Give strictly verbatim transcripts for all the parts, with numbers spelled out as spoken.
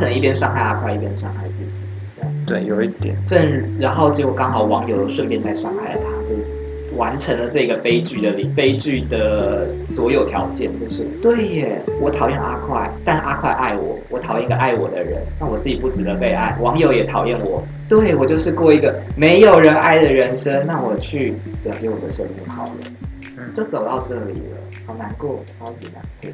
能一边伤害阿快一边伤害自己。 对，有一点。 正然后结果刚好网友顺便再伤害了他，就完成了这个悲剧的悲剧的所有条件，就是对耶，我讨厌阿快，但阿快爱我，我讨厌一个爱我的人，那我自己不值得被爱，网友也讨厌我，对我就是过一个没有人爱的人生，那我去了解我的生命好了，嗯，就走到这里了，好难过，超级难过。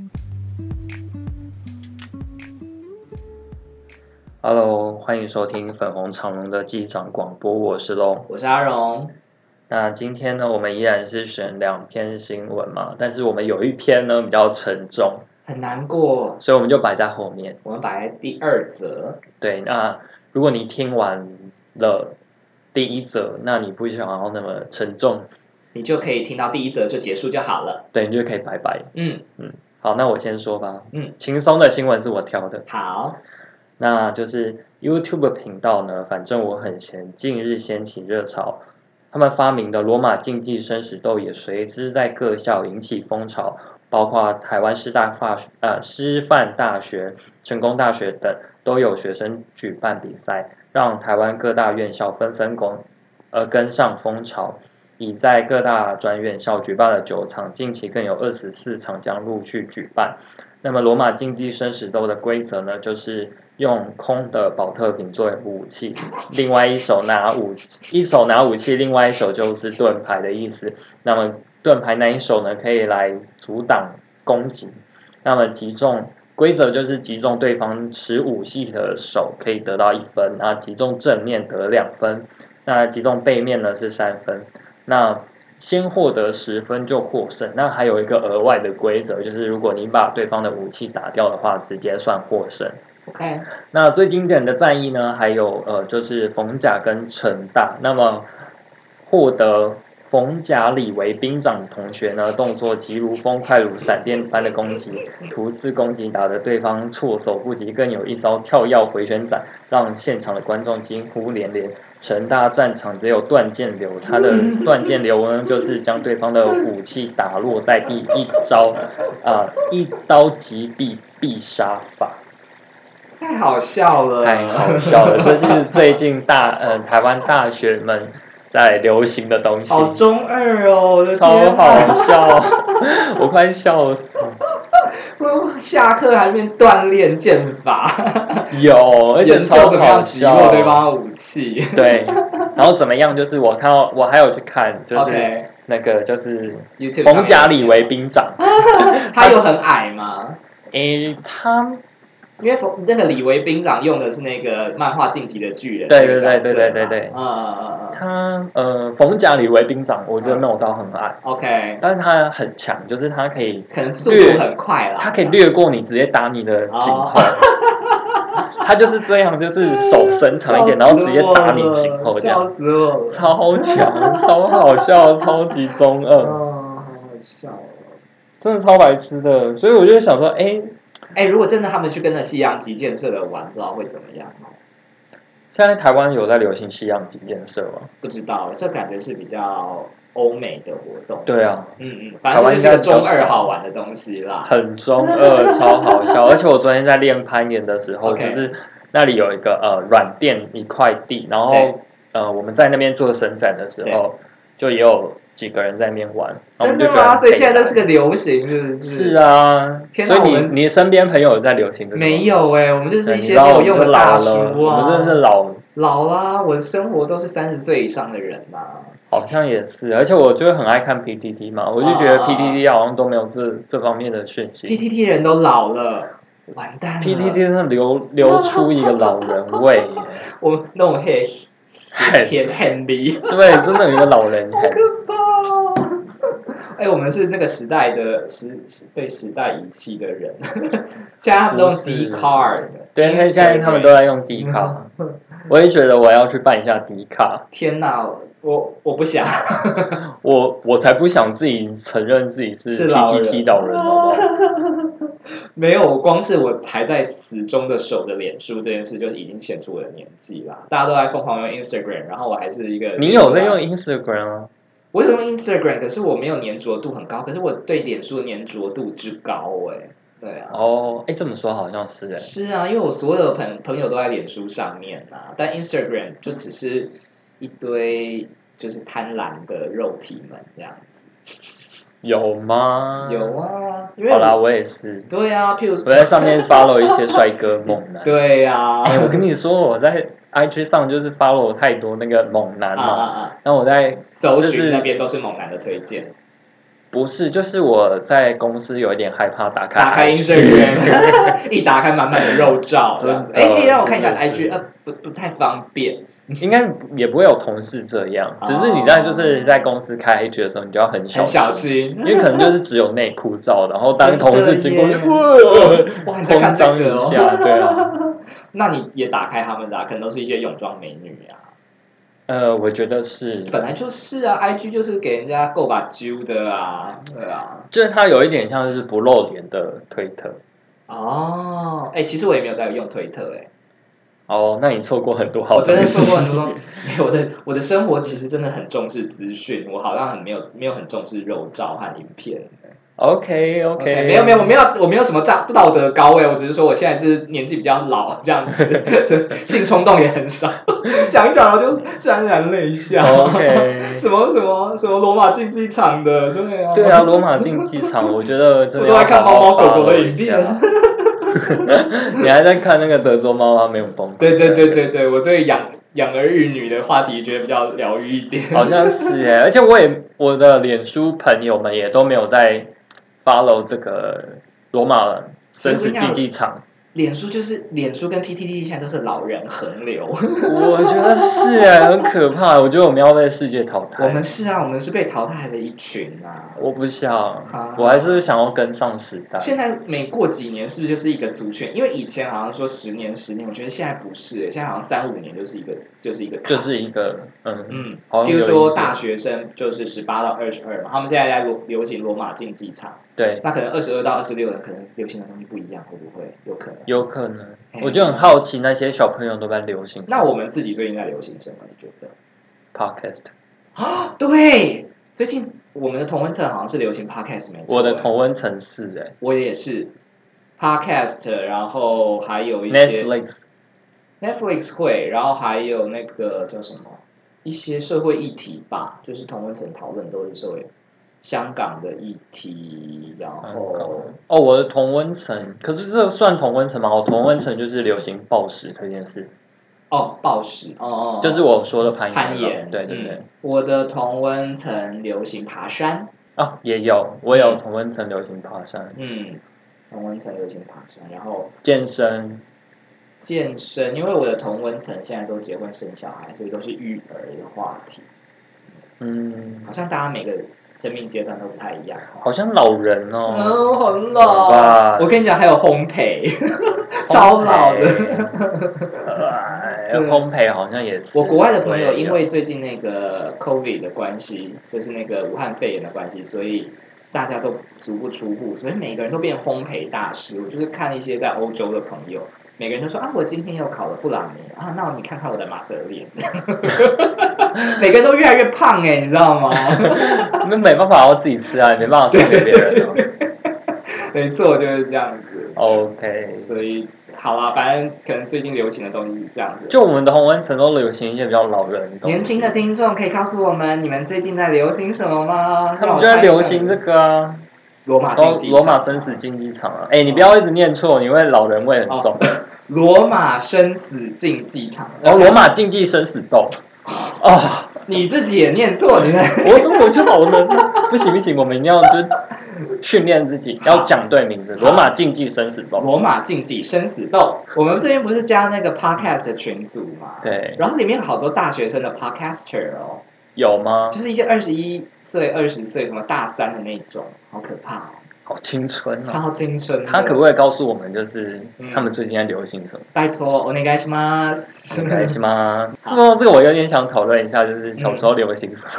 Hello， 欢迎收听粉红长龙的机长广播，我是龙， 我是阿荣。 那今天呢，我们依然是选两篇新闻嘛，但是我们有一篇呢比较沉重， 很难过， 所以我们就摆在后面。 我们摆在第二则。 对，那如果你听完了第一则，那你不想要那么沉重， 你就可以听到第一则就结束就好了。 对，你就可以拜拜。 嗯嗯，好，那我先说吧。 嗯， 轻松的新闻是我挑的。 好。 那就是 YouTube 频道呢，反正我很闲，近日掀起热潮，他们发明的罗马竞技生死斗也随之在各校引起风潮，包括台湾师大法呃师范大学、成功大学等都有学生举办比赛，让台湾各大院校纷纷跟呃跟上风潮，已在各大专院校举办了九场，近期更有二十四场将陆续举办。那么罗马竞技生死斗的规则呢，就是用空的保特瓶作为武器，另外一手拿武一手拿武器，另外一手就是盾牌的意思。那么盾牌那一手呢，可以来阻挡攻击。那么击中规则就是击中对方持武器的手可以得到一分，那击中正面得两分，那击中背面呢是三分。那先获得十分就获胜，那还有一个额外的规则，就是如果你把对方的武器打掉的话，直接算获胜。 OK， 那最经典的战役呢，还有呃就是逢甲跟成大，那么获得逢甲李为兵长同学呢，动作急如风，快如闪电般的攻击，突刺攻击打得对方措手不及，更有一招跳跃回旋斩，让现场的观众惊呼连连。成大战场只有断剑流，他的断剑流呢，就是将对方的武器打落在地，一招啊、呃、一刀击毙必杀法。 太好笑了， 太好笑了！这是最近大呃台湾大学们在流行的东西。 好中二哦，我的超天好笑，我快笑死。 我下课还面锻炼剑法， 有，而且超好笑。 击落对方的武器。 对，然后怎么样？就是我看到，我还有去看，就是 okay, 那个就是逢甲李为兵长， 他有很矮吗？ 诶，他。 因为那个李为兵长用的是那个漫画《晋级的巨人》， 对对对对对对对， 嗯嗯嗯， 他呃逢甲李为兵长，我觉得没有到很矮 ，OK， 但是他很强，就是他可以可能速度很快啦， 他可以掠过你，直接打你的颈后，他就是这样，就是手伸长一点，然后直接打你颈后这样， 笑死我了， 超强，超好笑，超级中二， 哦，好好笑哦， 真的超白痴的，所以我就想说，哎。 哎，如果真的他们去跟着西洋击剑社的玩，不知道会怎么样哦。 现在台湾有在流行西洋击剑社吗？ 不知道，这感觉是比较欧美的活动。 对啊， 嗯嗯，反正就是个中二好玩的东西啦。 很中二，超好笑。而且我昨天在练攀岩的时候， okay. 就是那里有一个呃软垫一块地，然后呃我们在那边做伸展的时候，就也有。几个人在那边玩， 真的吗？所以现在都是个流行，是不是？ 是啊，所以你你身边朋友有在流行这个？ 没有哎、欸，我们就是一些没有用的大叔啊。 我们真的是老老啦，我的生活都是三十岁以上的人嘛。 好像也是，而且我就很爱看 P T T 嘛，我就觉得 P T T 好像都没有这这方面的讯息。 P T T 人都老了，完蛋了。 P T T 真的流流出一个老人味， 我那种黑偏很逼， 对，真的有一个老人好可怕。哎、欸，我们是那个时代的时被时代遗弃的人，现在他们都用 D card， 对，现在他们都在用 D card， 我也觉得我要去办一下 D card。 天哪，我我不想， 我我才不想自己承认自己是 P T T 老人，好不好？ 没有，光是我还在死忠的守着脸书这件事，就已经显出我的年纪啦。大家都在疯狂用 Instagram， 然后我还是一个， 你有在用 Instagram 啊？ 我有用 Instagram， 可是我没有粘着度很高，可是我对脸书的粘着度之高哎、欸。 对啊。 哦，哎，这么说好像是哎。 是啊，因为我所有的朋朋友都在脸书上面啊，但 Instagram 就只是一堆就是贪婪的肉体们这样子。 有吗？ 有啊，因为好啦，我也是。 对啊，譬如我在上面 follow 一些帅哥猛男。 对啊， 哎、欸，我跟你说，我在 I G 上就是 follow 太多那个猛男嘛，啊啊啊然后我在搜寻那边都是猛男的推荐。 不是，就是我在公司有一点害怕打开打开 Instagram， 一打开满满的肉照，哎、欸，可以让我看一下 I G， 呃，不不太方便。 应该也不会有同事这样，只是你在就是在公司开 I G 的时候，你就要很小心， 很小心， 因为可能就是只有内裤照，然后当同事经过就哇，你在看这个一下，对啊。 那你也打开他们的、啊，可能都是一些泳装美女啊。 呃，我觉得是， 本来就是啊 ，I G 就是给人家够把揪的啊，对啊， 就是它有一点像是不露脸的推特。 哦，哎、欸，其实我也没有在用推特、欸，哎。 哦，那你错过很多好东西。 我真的错过很多，我的我的生活其实真的很重视资讯，我好像很没有没有很重视肉照和影片。 OK OK，, okay 没有没有，我没有我没有什么道道德高位，我只是说我现在就是年纪比较老这样子，性冲动也很少，讲一讲然后就潸然泪下。 OK， 什么什么什么罗马竞技场的，对啊， 对啊，罗马竞技场，我觉得真的我都在看猫猫狗狗的影片。 你还在看那个德州猫妈没有崩？ 对对对对对，我对养养儿育女的话题觉得比较疗愈一点。 好像是耶，而且我也我的脸书朋友们也都没有在 follow 这个罗马生死竞技场。 脸书就是脸书跟 P T T 现在都是老人横流。 我觉得是耶，很可怕。我觉得我们要被世界淘汰。 我们是啊，我们是被淘汰的一群啊。 我不想， 啊、 我还是想要跟上时代。 现在每过几年是不是就是一个族群？因为以前好像说十年十年，我觉得现在不是，现在好像三五年就是一个就是一个就是一个嗯嗯，比如说大学生就是十八到二十二嘛，他们现在在流行罗马竞技场。 对， 那可能二十二到二十六的可能流行的东西不一样，会不会有可能？ 有可能，我就很好奇那些小朋友都在流行。 那我们自己最近在流行什么？你觉得 ？Podcast 啊，对，最近我们的同温层好像是流行 Podcast 没错。 我的同温层是哎， 我也是 Podcast， 然后还有一些 Netflix， Netflix 会，然后还有那个叫什么一些社会议题吧，就是同温层讨论都是社会。香港的议题，然后哦，我的同温层，可是这算同温层吗？我同温层就是流行暴食这件事。 哦，暴食，哦哦， 就是我说的攀岩。 攀岩， 对对对、嗯。 我的同温层流行爬山。 哦，也有，我有同温层流行爬山。 嗯，同温层流行爬山，然后健身。 健身，因为我的同温层现在都结婚生小孩，所以都是育儿的话题。 嗯， 好像大家每个生命阶段都不太一样。 好像老人哦， 哦，很老。我跟你讲，还有烘焙，超老的。 烘焙好像也是。 我国外的朋友因为最近那个 COVID 的关系，就是那个武汉肺炎的关系，所以大家都足不出户，所以每个人都变烘焙大师。我就是看一些在欧洲的朋友。每个人都说啊，我今天又烤了布朗尼啊，那你看看我的马德莲，每个人都越来越胖哎、欸，你知道吗？ 你们没办法要自己吃啊，你没办法送给别人、哦。 没错，就是这样子。 OK， 所以好啦，反正可能最近流行的东西是这样子。 就我们的红温层都流行一些比较老人的东西。 年轻的听众可以告诉我们，你们最近在流行什么吗？ 他们就在流行这个啊。 罗马竞技场， 罗马生死竞技场啊！哎、欸，你不要一直念错，你会老人味很重。 哦、罗马生死竞技场， 哦，罗马竞技生死斗。哦， 你自己也念错，你看， 我中国就老人，不行不行，我们一定要就训练自己，要讲对名字。罗马竞技生死斗， 罗马竞技生死斗。我们这边不是加那个 podcast 的群组嘛？ 对， 然后里面有好多大学生的 podcaster 哦。 有吗？ 就是一些二十一岁、二十岁，什么大三的那种，好可怕哦！ 好青春哦， 超青春。 他可不可以告诉我们，就是他们最近在流行什么？ 拜托，お願いします。 お願いします。说这个我有点想讨论一下，就是小时候流行什么。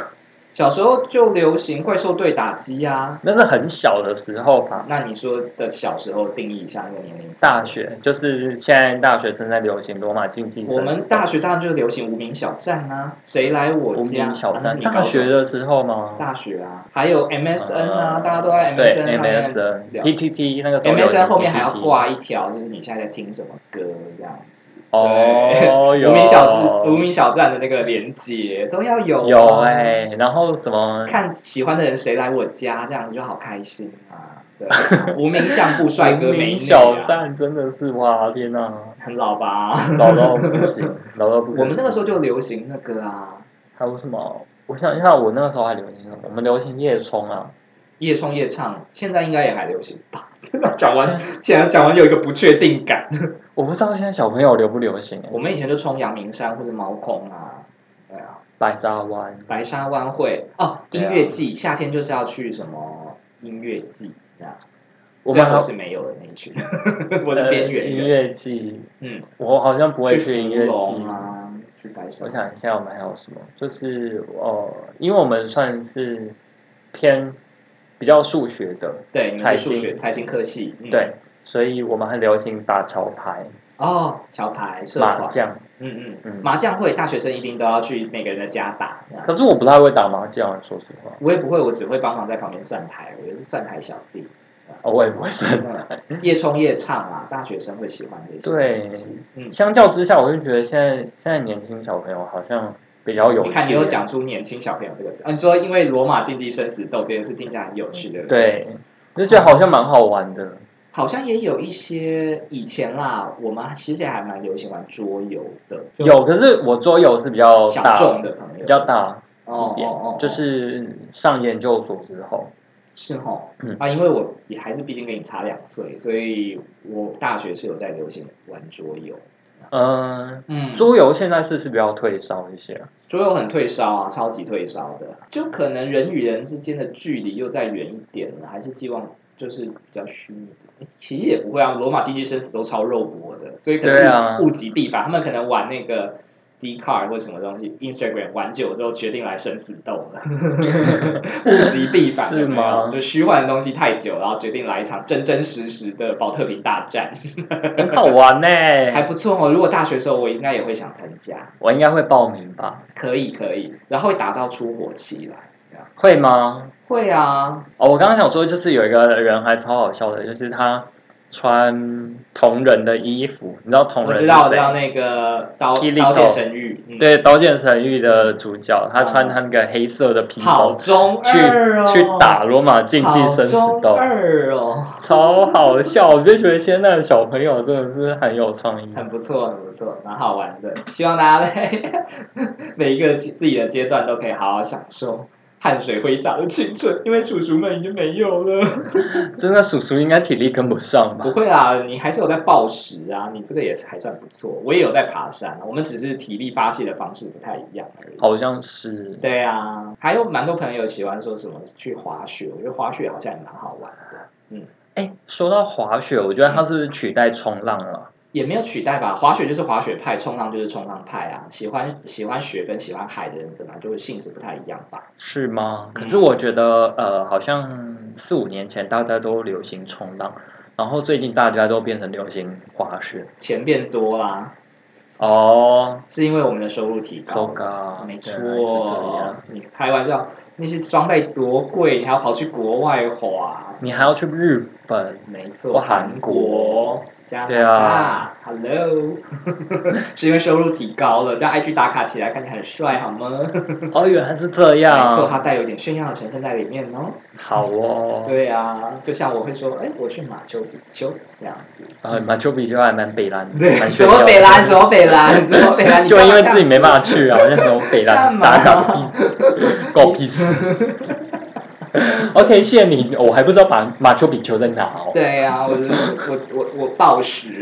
小时候就流行怪兽对打机啊， 那是很小的时候吧。 那你说的小时候定义一下那个年龄？ 大学就是现在大学正在流行罗马竞技生死斗。 我们大学当然就流行无名小站啊，谁来我家？ 无名小站， 啊、 大学的时候吗？ 大学啊，还有 M S N 啊，呃、大家都在 M 对 S N 上面 M S N、P T T 那个时候 M S N 后面还要挂一条，就是你现在在听什么歌这样。 哦， 无名小站、无名小站的那个连接都要有、啊， 有哎、欸，然后什么看喜欢的人谁来我家，这样子就好开心啊！对，无名相簿帅哥美女、啊。无名小站真的是哇天哪、啊， 很老吧？ 老到不行，老到不行。 我们那个时候就流行那个啊， 还有什么？我想一下，我那个时候还流行什么？我们流行夜冲啊， 夜冲夜唱，现在应该也还流行吧？讲完，现在讲完有一个不确定感。 我不知道现在小朋友流不流行、欸。 我们以前就冲阳明山或者毛孔啊，对啊， 白沙湾， 白沙湾会哦，音乐季、啊，夏天就是要去什么音乐季这样。我们我是没有的那一群，我是边缘人。 音乐季， 嗯， 我好像不会去音乐季啊，去白沙。 我想一下，我们还有什么？就是哦，因为我们算是偏比较数学的， 对，财经数学财经科系， 嗯、对。所以我们很流行打桥牌哦，桥牌、社团、 麻将， 嗯嗯嗯，麻将会，大学生一定都要去每个人的家打。 可是我不太会打麻将，说实话。 我也不会，我只会帮忙在旁边算牌，我也是算牌小弟。 哦，我也不会算牌。 夜冲夜唱啊，大学生会喜欢这些。 对，嗯，相较之下，我就觉得现在现在年轻小朋友好像比较有趣。 你看，你又讲出年轻小朋友这个词，啊，你说因为罗马竞技生死斗这件事听起来很有趣的， 对，就觉得好像蛮好玩的。 好像也有一些以前啦，我们其实也还蛮流行玩桌游的。 有，可是我桌游是比较大小众的朋友， 比较大一点， 哦哦哦，就是上研究所之后。 是齁，嗯啊，因为我也还是毕竟跟你差两岁，所以我大学是有在流行玩桌游。 嗯嗯，桌游现在是是比较退烧一些， 桌游很退烧啊，超级退烧的，就可能人与人之间的距离又再远一点了，还是希望就是比较虚拟。其实也不会啊，罗马竞技生死都超肉搏的，所以可能物极必反，他们可能玩那个 Dcard 或什么东西 ，Instagram 玩久之后决定来生死斗了，物极必反是吗？ 就虚幻的东西太久，然后决定来一场真真实实的保特瓶大战， 很好玩呢、欸， 还不错哦。如果大学的时候我应该也会想参加， 我应该会报名吧？ 可以可以，然后会打到出火气来。 会吗？ 会啊！ 哦，我刚刚想说，就是有一个人还超好笑的，就是他穿同人的衣服，你知道同人？ 我知道，我知道那个刀刀剑神域， 嗯、对，刀剑神域的主角，他穿他那个黑色的披风， 好中二哦，去去打罗马竞技生死斗， 二哦， 超好笑！我就觉得现在的小朋友真的是很有创意， 很不错，很不错，蛮好玩的。希望大家在每一个自己的阶段都可以好好享受汗水挥洒的青春，因为叔叔们已经没有了。 真的，叔叔应该体力跟不上吧？ 不会啦，你还是有在暴食啊，你这个也还算不错。我也有在爬山，我们只是体力发泄的方式不太一样而已。 好像是。 对啊，还有蛮多朋友喜欢说什么去滑雪，我觉得滑雪好像也蛮好玩的。嗯， 哎，说到滑雪，我觉得它是取代冲浪了。 也没有取代吧，滑雪就是滑雪派，冲浪就是冲浪派啊。喜欢喜欢雪跟喜欢海的人，本来就性质不太一样吧？ 是吗？可是我觉得，呃，好像四五年前大家都流行冲浪，然后最近大家都变成流行滑雪， 钱变多啦。 哦， 是因为我们的收入提高了， so God, 没错。你开玩笑，那些装备多贵，你还要跑去国外滑， 你还要去日本， 没错，韩国。加拿大， 对啊 ，Hello， 是因为收入提高了，这样 I G 打卡起来看起来很帅，好吗？ 哦，原来是这样。 没错，它带有点炫耀的成分在里面哦。 好哦。 对啊，就像我会说，哎，我去马丘比丘这样子。 呃，马丘比丘还蛮北蓝， 对，什么北蓝，什么北蓝，什么北蓝， 就因为自己没办法去啊，那什么北蓝打卡屁，狗屁事。OK， 谢谢你，我还不知道马马丘比丘在哪哦。 对啊，我我我我暴食。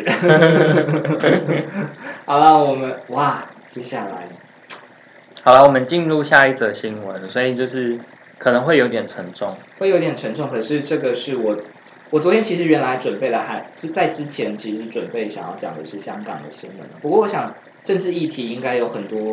好了，我们哇，接下来， 好了，我们进入下一则新闻，所以就是可能会有点沉重， 会有点沉重。可是这个是我，我昨天其实原来准备了还，在之前其实准备想要讲的是香港的新闻，不过我想政治议题应该有很多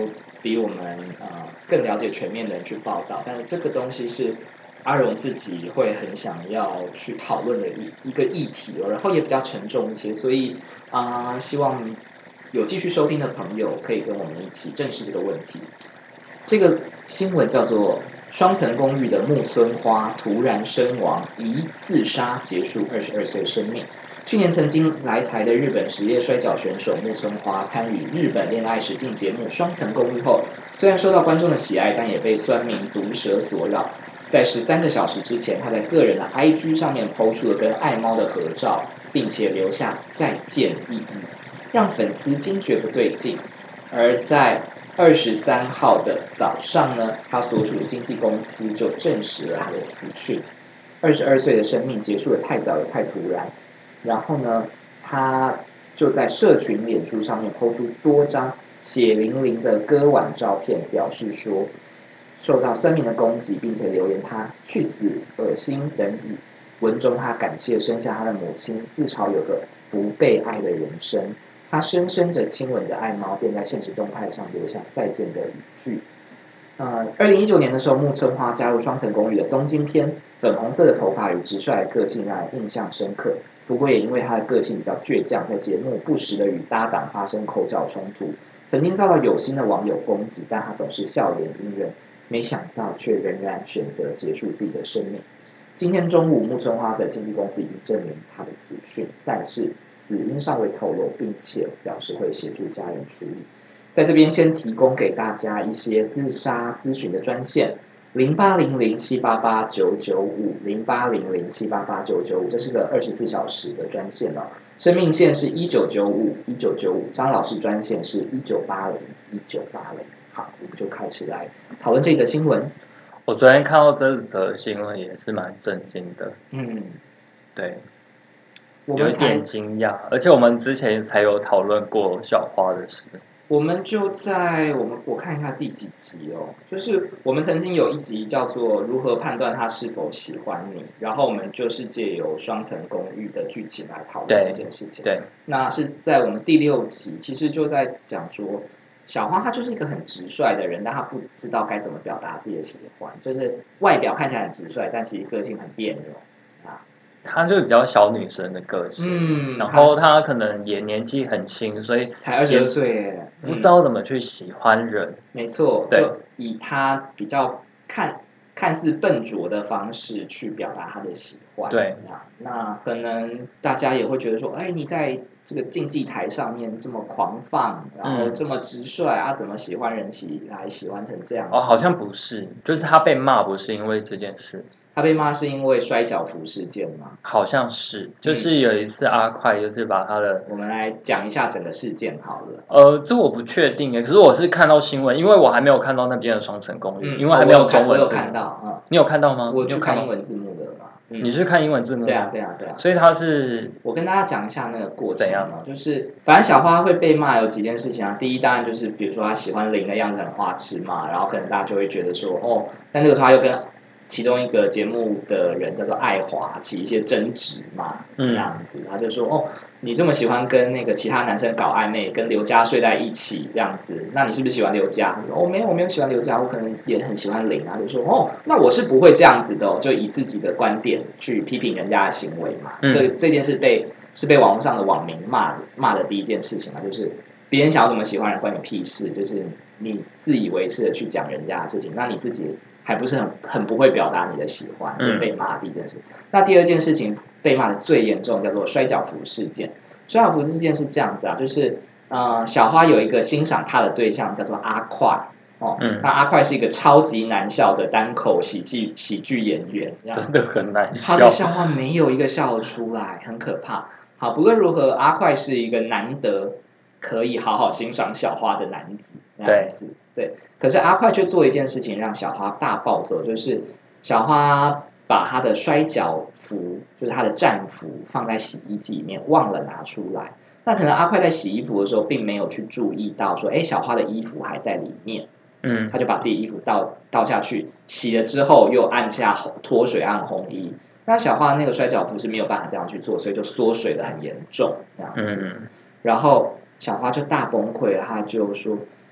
比我们呃更了解全面的人去报道，但是这个东西是阿荣自己会很想要去讨论的一一个议题哦，然后也比较沉重一些，所以啊、呃，希望有继续收听的朋友可以跟我们一起正视这个问题。这个新闻叫做双层公寓的木村花突然身亡，疑自杀结束二十二岁生命。去年曾经来台的日本职业摔跤选手木村花参与日本恋爱实境节目《双层公寓》后，虽然受到观众的喜爱，但也被酸民毒舌所扰。在十三个小时之前，他在个人的 I G 上面 po 出了跟爱猫的合照，并且留下再见一语，让粉丝惊觉不对劲。而在二十三号的早上呢，他所属的经纪公司就证实了他的死讯。二十二岁的生命结束的太早也太突然。然后呢，他就在社群脸书上面 po 出多张血淋淋的割腕照片，表示说受到酸民的攻击，并且留言他去死、恶心等语。文中他感谢生下他的母亲，自嘲有个不被爱的人生。他深深着亲吻着爱猫，便在现实动态上留下再见的语句。呃，二零一九年的时候，木村花加入双层公寓的东京篇，粉红色的头发与直率的个性让人印象深刻。不过也因为他的个性比较倔强，在节目不时的与搭档发生口角冲突，曾经遭到有心的网友攻击，但他总是笑脸迎人，没想到却仍然选择结束自己的生命。今天中午，木村花的经纪公司已经证明他的死讯，但是死因尚未透露，并且表示会协助家人处理。在这边先提供给大家一些自杀咨询的专线：零八零零七八八九九五，零八零零七八八九九五，这是个二十四小时的专线哦。生命线是一九九五一九九五，张老师专线是一九八零一九八零。好，我们就开始来讨论这个新闻。 我昨天看到这则新闻也是蛮震惊的， 嗯， 对， 我们有点惊讶，而且我们之前才有讨论过小花的事。 我们就在我们我看一下第几集哦，就是我们曾经有一集叫做如何判断他是否喜欢你，然后我们就是借由双层公寓的剧情来讨论这件事情。 对， 那是在我们第六集，其实就在讲说，小花她就是一个很直率的人，但她不知道该怎么表达自己的喜欢，就是外表看起来很直率，但其实个性很别扭啊。 她就比较小女生的个性，嗯，然后她可能也年纪很轻，所以才二十二岁耶， 不知道怎么去喜欢人。嗯、 没错，对，就以她比较看看似笨拙的方式去表达她的喜欢。 对， 那可能大家也会觉得说，哎，你在这个竞技台上面这么狂放，然后这么直率、嗯、啊，怎么喜欢人起来喜欢成这样？ 哦，好像不是，就是他被骂不是因为这件事。 他被骂是因为摔跤服事件吗？ 好像是，就是有一次阿快就是把他的， 嗯、我们来讲一下整个事件好了。 呃，这我不确定耶，可是我是看到新闻，因为我还没有看到那边的双层公寓，嗯、因为还没有中文字幕。 我有看到，嗯， 你有看到吗？ 我去看英文字幕的嘛。 嗯、你是看英文字幕？ 对啊，对啊，对啊。 所以他是， 我跟大家讲一下那个过程。 怎样？ 就是反正小花会被骂有几件事情啊。第一，当然就是比如说他喜欢零的样子很花痴嘛，然后可能大家就会觉得说，哦，但那个时候他又跟其中一个节目的人叫做爱华起一些争执嘛，这样子，他就说哦，你这么喜欢跟那个其他男生搞暧昧，跟刘佳睡在一起这样子，那你是不是喜欢刘佳？他说哦，没有，我没有喜欢刘佳，我可能也很喜欢林啊。就说哦，那我是不会这样子的、哦，就以自己的观点去批评人家的行为嘛。嗯、这这件事被是被网络上的网民骂骂的第一件事情嘛，就是别人想要怎么喜欢人关你屁事，就是你自以为是的去讲人家的事情，那你自己还不是很很不会表达你的喜欢，就被骂的第一件事。嗯、那第二件事情被骂的最严重，叫做摔跤服事件。摔跤服事件是这样子啊，就是呃，小花有一个欣赏她的对象叫做阿快哦，嗯、那阿快是一个超级难笑的单口喜剧喜剧演员， 真的很难笑， 他的笑话没有一个笑得出来，很可怕。好，不论如何，阿快是一个难得可以好好欣赏小花的男子， 对对。可是阿快却做一件事情让小花大暴走，就是小花把他的摔跤服，就是他的战服放在洗衣机里面，忘了拿出来。那可能阿快在洗衣服的时候，并没有去注意到说，哎，小花的衣服还在里面，嗯，他就把自己衣服倒倒下去，洗了之后又按下脱水按烘衣。那小花那个摔跤服是没有办法这样去做，所以就缩水的很严重这样子。嗯、然后小花就大崩溃了，她就说：“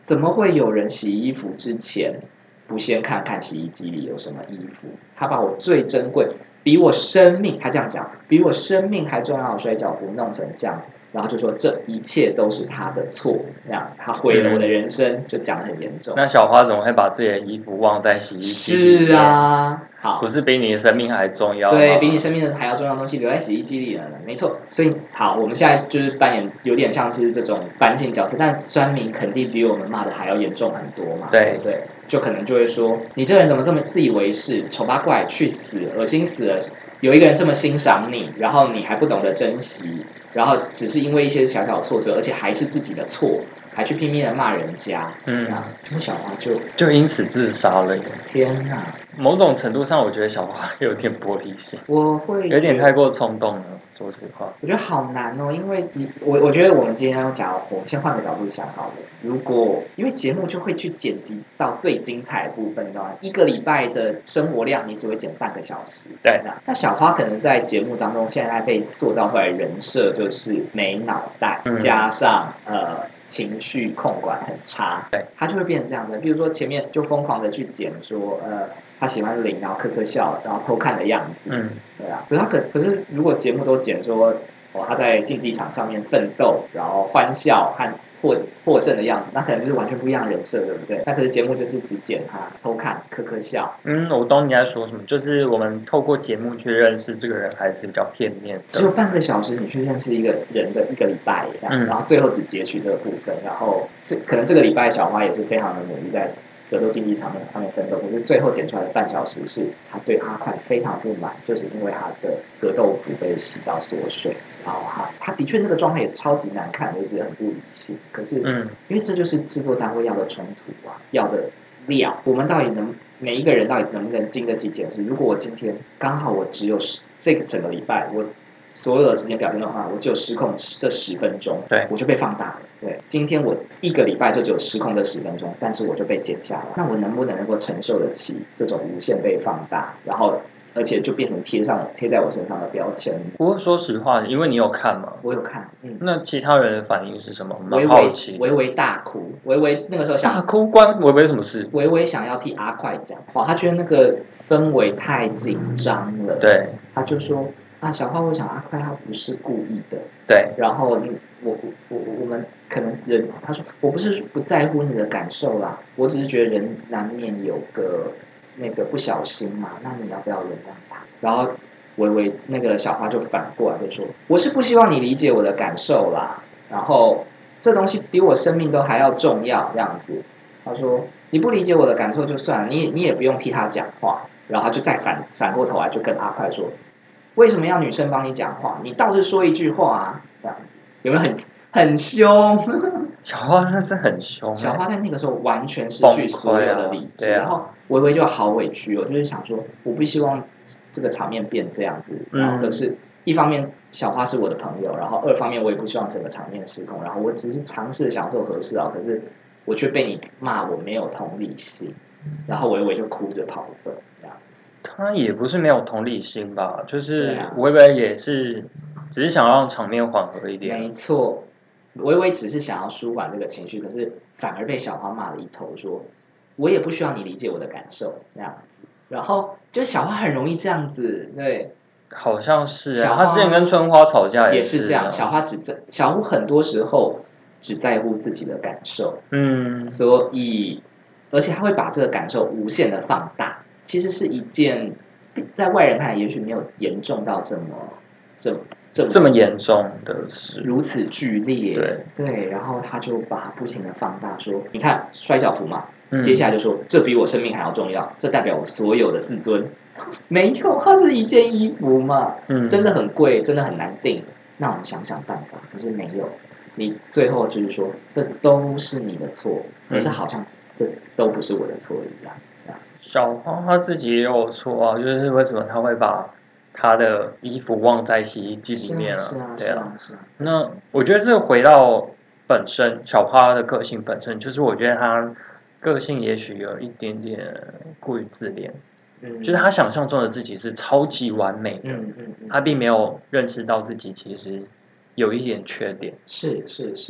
怎么会有人洗衣服之前不先看看洗衣机里有什么衣服？他把我最珍贵，比我生命，他这样讲，比我生命还重要的摔跤服弄成这样子，然后就说这一切都是他的错，这样他毁了我的人生，就讲得很严重。 那小花怎么会把自己的衣服忘在洗衣机里面？ 是啊，好， 不是比你的生命还重要吗？ 对比你生命的还要重要的东西留在洗衣机里了呢，没错。所以好，我们现在就是扮演有点像是这种反省角色，但酸民肯定比我们骂的还要严重很多嘛。 对对，就可能就会说你这人怎么这么自以为是，丑八怪，去死，恶心死了！有一个人这么欣赏你，然后你还不懂得珍惜，然后只是因为一些小小的挫折，而且还是自己的错，还去拼命的骂人家，嗯，那小花就就因此自杀了耶！ 天哪！ 某种程度上，我觉得小花有点玻璃心， 我会有点太过冲动了。说实话， 我觉得好难哦，因为你我我觉得我们今天要讲，我们先换个角度想好了。如果因为节目就会去剪辑到最精彩的部分，你知道吗？一个礼拜的生活量，你只会剪半个小时。 对， 那小花可能在节目当中，现在被塑造出来的人设就是没脑袋，嗯、加上呃。情绪控管很差， 对， 他就会变成这样的。比如说前面就疯狂的去剪说，呃，他喜欢林，然后呵呵笑，然后偷看的样子，嗯，对啊。可是他可可是如果节目都剪说，哦，他在竞技场上面奋斗，然后欢笑和获获胜的样子，那可能就是完全不一样的人设，对不对？那可是节目就是只剪他偷看、呵呵笑。 嗯，我懂你在说什么，就是我们透过节目去认识这个人，还是比较片面的。 只有半个小时，你去认识一个人的一个礼拜，嗯，然后最后只截取这个部分，然后这可能这个礼拜小花也是非常的努力在格斗竞技场面上面奋斗，可是最后剪出来的半小时是他对阿快非常不满，就是因为他的格斗服被洗到缩水。然后他他的确那个状态也超级难看，就是很不理性。可是，嗯，因为这就是制作单位要的冲突啊，要的料。我们到底能每一个人到底能不能经得起检视？如果我今天刚好我只有十这个整个礼拜我所有的时间表现的话，我只有失控这十分钟， 对， 我就被放大了。对，今天我一个礼拜就只有失控的十分钟，但是我就被减下来。那我能不能能够承受得起这种无限被放大，然后？而且就变成贴上贴在我身上的标签。 不过说实话，因为你有看嘛， 我有看。嗯， 那其他人的反应是什么？蛮好奇。 微微大哭，微微那个时候想大哭关微微什么事？ 微微想要替阿快讲话，他觉得那个氛围太紧张了。 对， 他就说啊，小花，我想阿快他不是故意的。 对， 然后我我我们可能人，他说我不是不在乎你的感受啦，我只是觉得人难免有个。那个不小心嘛，那你要不要原谅他？然后微微那个小花就反过来就说：“我是不希望你理解我的感受啦，然后这东西比我生命都还要重要。”这样子，他说：“你不理解我的感受就算了，你你也不用替他讲话。”然后他就再反反过头来就跟阿快说：“为什么要女生帮你讲话？你倒是说一句话啊！”这样子有没有很很凶？ 小花真的是很凶、欸， 小花在那个时候完全失去所有的理智， 啊啊、 然后微微就好委屈哦，就是想说，我不希望这个场面变这样子，然后可是一方面小花是我的朋友，然后二方面我也不希望整个场面失控，然后我只是尝试想做合适啊，可是我却被你骂我没有同理心，然后微微就哭着跑走，这样。 他也不是没有同理心吧，就是微微也是，只是想让场面缓和一点。 没错。微微只是想要舒缓这个情绪，可是反而被小花骂了一头，说：“我也不需要你理解我的感受。”这样子，然后就小花很容易这样子，对， 好像是啊。他之前跟春花吵架也是是这样，小花只在小花很多时候只在乎自己的感受，嗯，所以而且他会把这个感受无限的放大，其实是一件在外人看来也许没有严重到这么这么。 这么, 这么严重的事， 如此剧烈， 对对，然后他就把它不停的放大，说：“你看摔跤服嘛，嗯、接下来就说这比我生命还要重要，这代表我所有的自尊。没有，它是一件衣服嘛，嗯，真的很贵，真的很难订。那我们想想办法，可是没有，你最后就是说这都是你的错，可是好像这都不是我的错一样。 小花他自己也有错啊，就是为什么他会把。他的衣服忘在洗衣机里面了， 是啊， 对啊， 是啊。 那我觉得这回到本身，小花的个性本身，就是我觉得他个性也许有一点点过于自恋，嗯，就是他想象中的自己是超级完美的，嗯嗯，他并没有认识到自己其实有一点缺点。 是是是，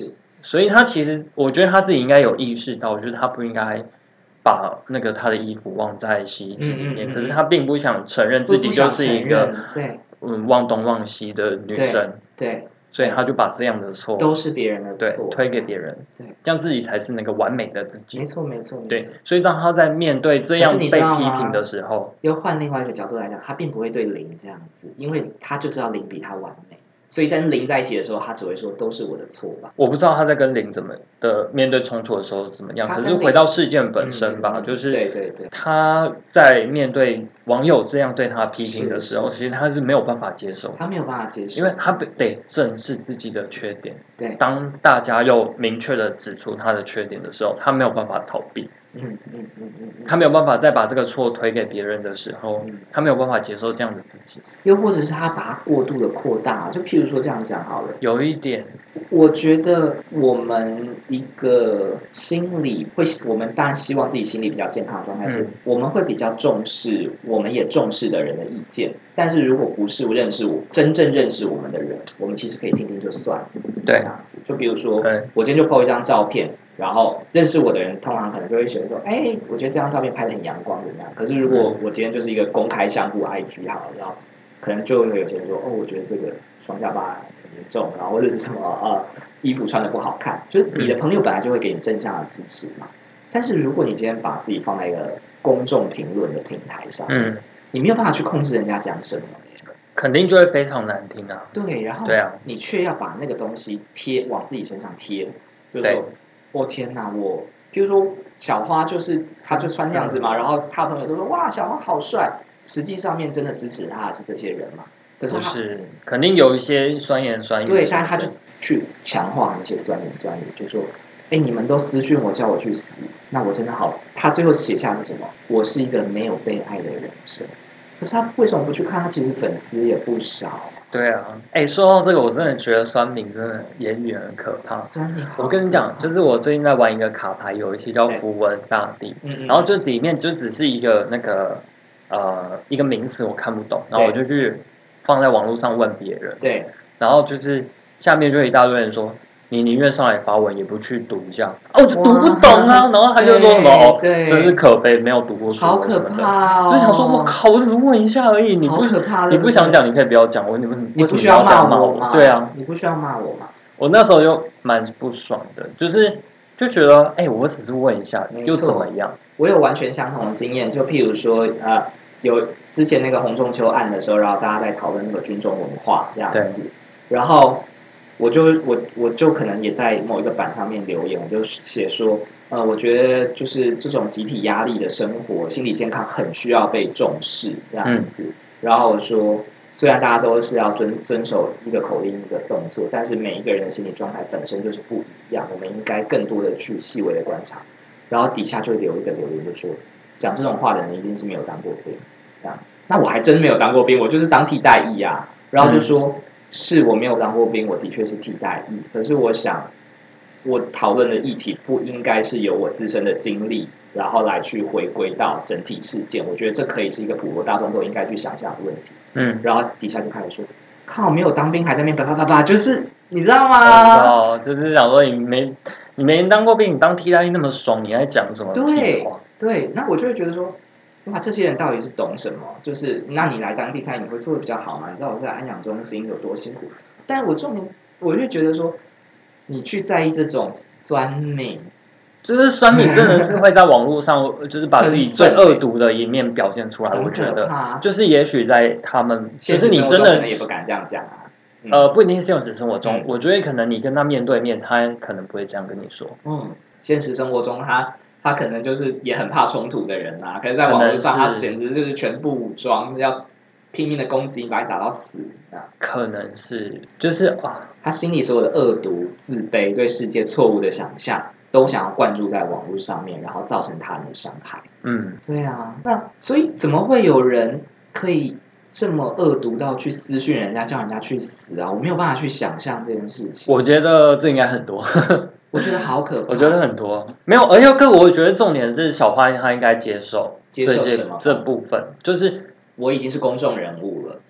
所以他其实我觉得他自己应该有意识到，就是他不应该把那个他的衣服忘在洗衣机里面，嗯嗯嗯嗯，可是他并不想承认自己就是一个对嗯忘东忘西的女生， 对。对， 所以他就把这样的错都是别人的错， 对，推给别人， 对， 这样自己才是那个完美的自己。 没错，没错， 对，所以当他在面对这样被批评的时候， 又换另外一个角度来讲，他并不会对零这样子，因为他就知道零比他完美。所以跟零在一起的时候，他只会说都是我的错吧。 我不知道他在跟零怎么的面对冲突的时候怎么样，可是回到事件本身吧，嗯、就是对对对， 他在面对网友这样对他批评的时候，其实他是没有办法接受， 他没有办法接受， 因为他得正视自己的缺点。 对， 当大家又明确的指出他的缺点的时候，他没有办法逃避。 嗯嗯嗯嗯， 他没有办法再把这个错推给别人的时候，嗯、他没有办法接受这样的自己， 又或者是他把它过度的扩大，就譬如说这样讲好了， 有一点， 我觉得我们一个心理会，我们当然希望自己心理比较健康的状态是，嗯、我们会比较重视，我们也重视的人的意见，但是如果不是认识我真正认识我们的人，我们其实可以听听就算了， 对， 这样子，就比如说，我今天就 po 一张照片。然后认识我的人，通常可能就会觉得说，哎，我觉得这张照片拍得很阳光，怎么样？可是如果我今天就是一个公开相簿 I G 好了，然后可能就会有些人说，哦，我觉得这个双下巴很严重，然后或者是什么呃衣服穿得不好看，就是你的朋友本来就会给你正向的支持嘛。但是如果你今天把自己放在一个公众评论的平台上，嗯，你没有办法去控制人家讲什么。 肯定就会非常难听啊。 对，然后对啊， 你却要把那个东西贴往自己身上贴，就是说。哦天哪！我比如说小花，就是她就穿那样子嘛，然后她朋友都说哇，小花好帅。实际上面真的支持她的是这些人嘛？可是不是，肯定有一些酸言酸语。 对，但是他就去强化那些酸言酸语，就说：“哎，你们都私讯我叫我去死，那我真的好。”他最后写下是什么？我是一个没有被爱的人生。可是他为什么不去看？他其实粉丝也不少。 对啊，哎，说到这个，我真的觉得酸民真的言语很可怕。 酸民， 我跟你讲，就是我最近在玩一个卡牌游戏，叫符文大帝，嗯、然后就里面就只是一个那个呃一个名词我看不懂，然后我就去放在网络上问别人， 对， 然后就是下面就有一大堆人说。你宁愿上来发文，也不去读一下，啊，我就读不懂啊。然后他就说什么哦，真是可悲，没有读过书， 好可怕哦！ 就想说，我靠，我只是问一下而已，你不可怕， 你不想讲，你可以不要讲。我你们你不需要骂我吗？ 对啊， 你不需要骂我吗？ 我那时候就蛮不爽的，就是就觉得，哎，我只是问一下，又怎么样？ 我有完全相同的经验，就譬如说，呃，有之前那个洪仲丘案的时候，然后大家在讨论那个军种文化这样子，然后。我就我我就可能也在某一个版上面留言，我就写说，呃，我觉得就是这种集体压力的生活，心理健康很需要被重视这样子。嗯、然后我说，虽然大家都是要遵遵守一个口令一个动作，但是每一个人的心理状态本身就是不一样，我们应该更多的去细微的观察。然后底下就留一个留言，就说讲这种话的人一定是没有当过兵这样子。那我还真没有当过兵，我就是当替代役啊。然后就说。嗯是我没有当过兵，我的确是替代役。可是我想，我讨论的议题不应该是由我自身的经历，然后来去回归到整体事件。我觉得这可以是一个普罗大众都应该去想象的问题。嗯，然后底下就开始说，靠，没有当兵还在那边叭叭叭叭，就是你知道吗？ 哦，就是想说你没你没当过兵，你当替代役那么爽，你还讲什么屁话？ 对，那我就会觉得说。哇，这些人到底是懂什么？就是那你来当地摊，你会做的比较好吗？你知道我在安养中心有多辛苦，但我重点，我就觉得说，你去在意这种酸民， 就是酸民真的是会在网络上，就是把自己最恶毒的一面表现出来。我觉得，就是也许在他们，就是你真的也不敢这样讲啊。 嗯、呃，不一定是现实生活中，嗯、我觉得可能你跟他面对面，他可能不会这样跟你说。 嗯，现实生活中他。他可能就是也很怕冲突的人啊，可是在网络上他简直就是全部武装，要拼命的攻击，把你打到死啊！ 可能是，就是啊， 他心里所有的恶毒、自卑、对世界错误的想象，都想要灌注在网络上面，然后造成他人的伤害。嗯，对啊，那所以怎么会有人可以这么恶毒到去私讯人家，叫人家去死啊？我没有办法去想象这件事情。 我觉得这应该很多。 我觉得好可怕。 我觉得很多没有，而且可我觉得重点是小花她应该接受这些这部分，就是我已经是公众人物了。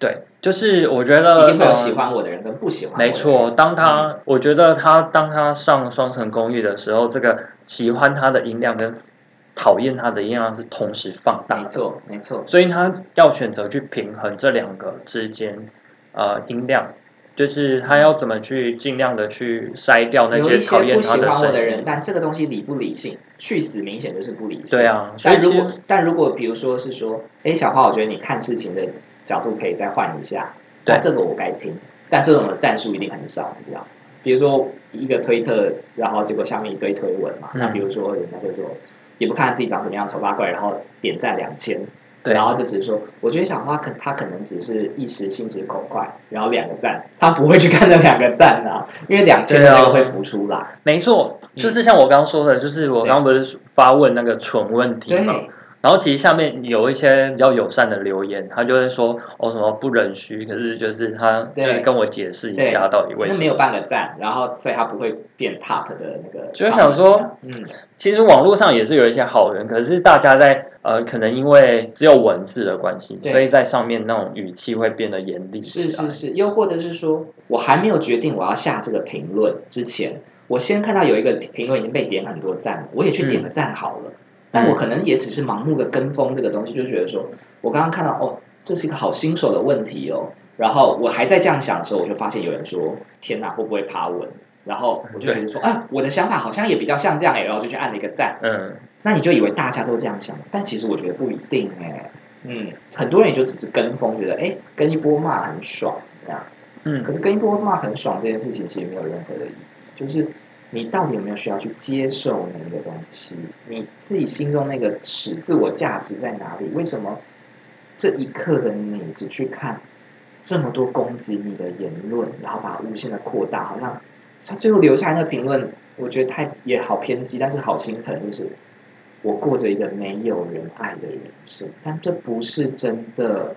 对，就是我觉得一定会有喜欢我的人跟不喜欢我的人。 没错，当他、嗯、我觉得他当他上双层公寓的时候，这个喜欢他的音量跟讨厌他的音量是同时放大的。 没错，没错。 所以他要选择去平衡这两个之间，呃，音量。就是他要怎么去尽量的去筛掉那些讨厌他的声音。有一些不喜欢我的人，但这个东西理不理性？去死明显就是不理性。 对啊， 但如果但如果比如说是说，哎，小花，我觉得你看事情的角度可以再换一下，那这个我该听。但这种的战术一定很少，你知道？比如说一个推特，然后结果下面一堆推文嘛，嗯、那比如说人家就说也不看自己长什么样丑八怪，然后点赞两千。然后就只是说，我觉得小花可他可能只是一时心直口快，然后两个赞，他不会去看那两个赞啊，因为两千的那个会浮出来。啊、 没错，就是像我刚刚说的，就是我刚刚不是发问那个蠢问题嘛，然后其实下面有一些比较友善的留言，他就会说哦什么不忍虚，可是就是他就是跟我解释一下到底为什么。 那没有半个赞，然后所以他不会变 top 的那个。 就是想说，嗯，其实网络上也是有一些好人，可是大家在呃可能因为只有文字的关系，所以在上面那种语气会变得严厉。 是是是，又或者是说我还没有决定我要下这个评论之前，我先看到有一个评论已经被点很多赞，我也去点个赞好了。嗯，但我可能也只是盲目的跟风这个东西，就觉得说，我刚刚看到哦，这是一个好新手的问题哦，然后我还在这样想的时候，我就发现有人说，天哪，会不会爬文？然后我就觉得说，啊，我的想法好像也比较像这样哎，然后就去按了一个赞。嗯，那你就以为大家都这样想，但其实我觉得不一定哎。嗯，很多人也就只是跟风，觉得哎，跟一波骂很爽这样。嗯，可是跟一波骂很爽这件事情，其实没有任何的意义，就是你到底有没有需要去接受那个东西？你自己心中那个尺自我价值在哪里？为什么这一刻的你只去看这么多攻击你的言论，然后把它无限的扩大？好像他最后留下来那评论，我觉得太也好偏激，但是好心疼，就是我过着一个没有人爱的人生，但这不是真的。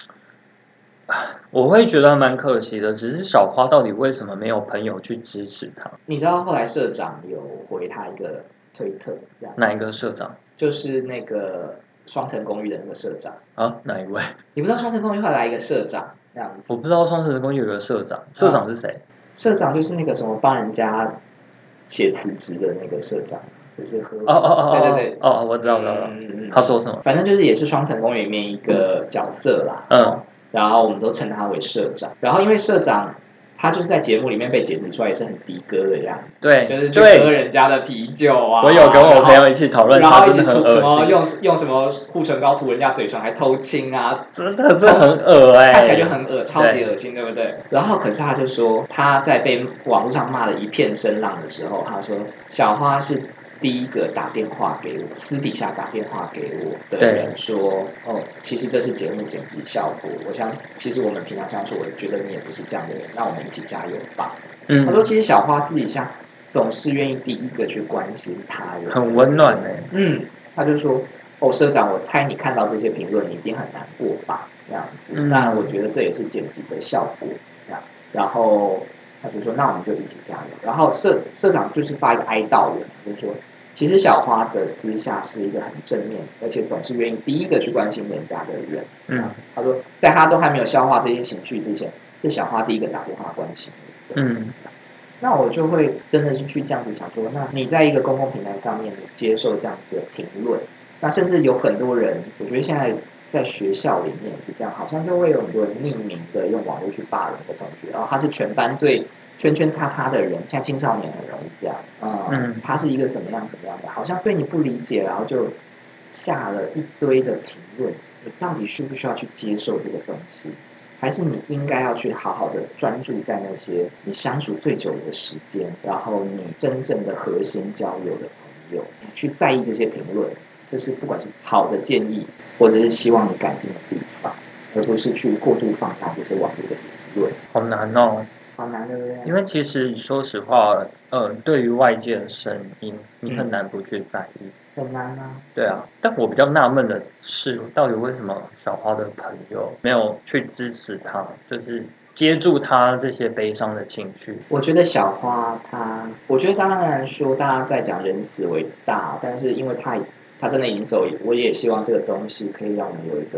我会觉得蛮可惜的，只是小花到底为什么没有朋友去支持他？ 你知道后来社长有回他一个推特， 哪一个社长？ 就是那个双层公寓的那个社长啊，哪一位？ 你不知道双层公寓后来一个社长这样子？ 我不知道双层公寓有个社长，社长是谁？ 啊、社长就是那个什么帮人家写辞职的那个社长，就是喝哦哦哦， 对对对， 哦，我知道，知道，嗯，他说什么？ 反正就是也是双层公寓里面一个角色啦，嗯。然后我们都称他为社长，然后因为社长他就是在节目里面被检举出来也是很的哥的样子， 对， 就是去喝人家的啤酒啊。 我有跟我朋友一起讨论， 然后一起涂什么用用什么护唇膏涂人家嘴唇，还偷亲啊， 真的这很恶哎、欸， 看起来就很恶，超级恶心，对不对？然后可是他就说他在被网络上骂的一片声浪的时候，他说小花是第一个打电话给我，私底下打电话给我的人说，哦，其实这是节目剪辑效果。我相信，其实我们平常相处，我觉得你也不是这样的人，那我们一起加油吧。嗯，他说，其实小花私底下总是愿意第一个去关心他人， 很温暖哎、欸。 嗯，他就说，哦，社长，我猜你看到这些评论，你一定很难过吧？这样子，嗯、那我觉得这也是剪辑的效果。这样，然后他就说，那我们就一起加油。然后社社长就是发一个哀悼文，就是说。其实小花的私下是一个很正面，而且总是愿意第一个去关心人家的人。嗯，他说，在他都还没有消化这些情绪之前，是小花第一个打电话关心的。嗯，那我就会真的是去这样子想说，那你在一个公共平台上面，你接受这样子的评论，那甚至有很多人，我觉得现在在学校里面是这样，好像就会有很多人匿名的用网络去霸凌的同学，然后他是全班最。圈圈叉叉的人，现在青少年很容易这样，呃、嗯，他是一个什么样什么样的，好像对你不理解，然后就下了一堆的评论，你到底需不需要去接受这个东西？还是你应该要去好好的专注在那些你相处最久的时间，然后你真正的核心交友的朋友，去在意这些评论，这是不管是好的建议，或者是希望你改进的地方，而不是去过度放大这些网络的评论。 好难哦。 好难，对不对？ 因为其实说实话，呃，对于外界的声音，你很难不去在意。 嗯、很难啊。 对啊，但我比较纳闷的是，到底为什么小花的朋友没有去支持他，就是接住他这些悲伤的情绪？ 我觉得小花她，我觉得当然说大家在讲人死为大，但是因为他他真的已经走，我也希望这个东西可以让我们有一个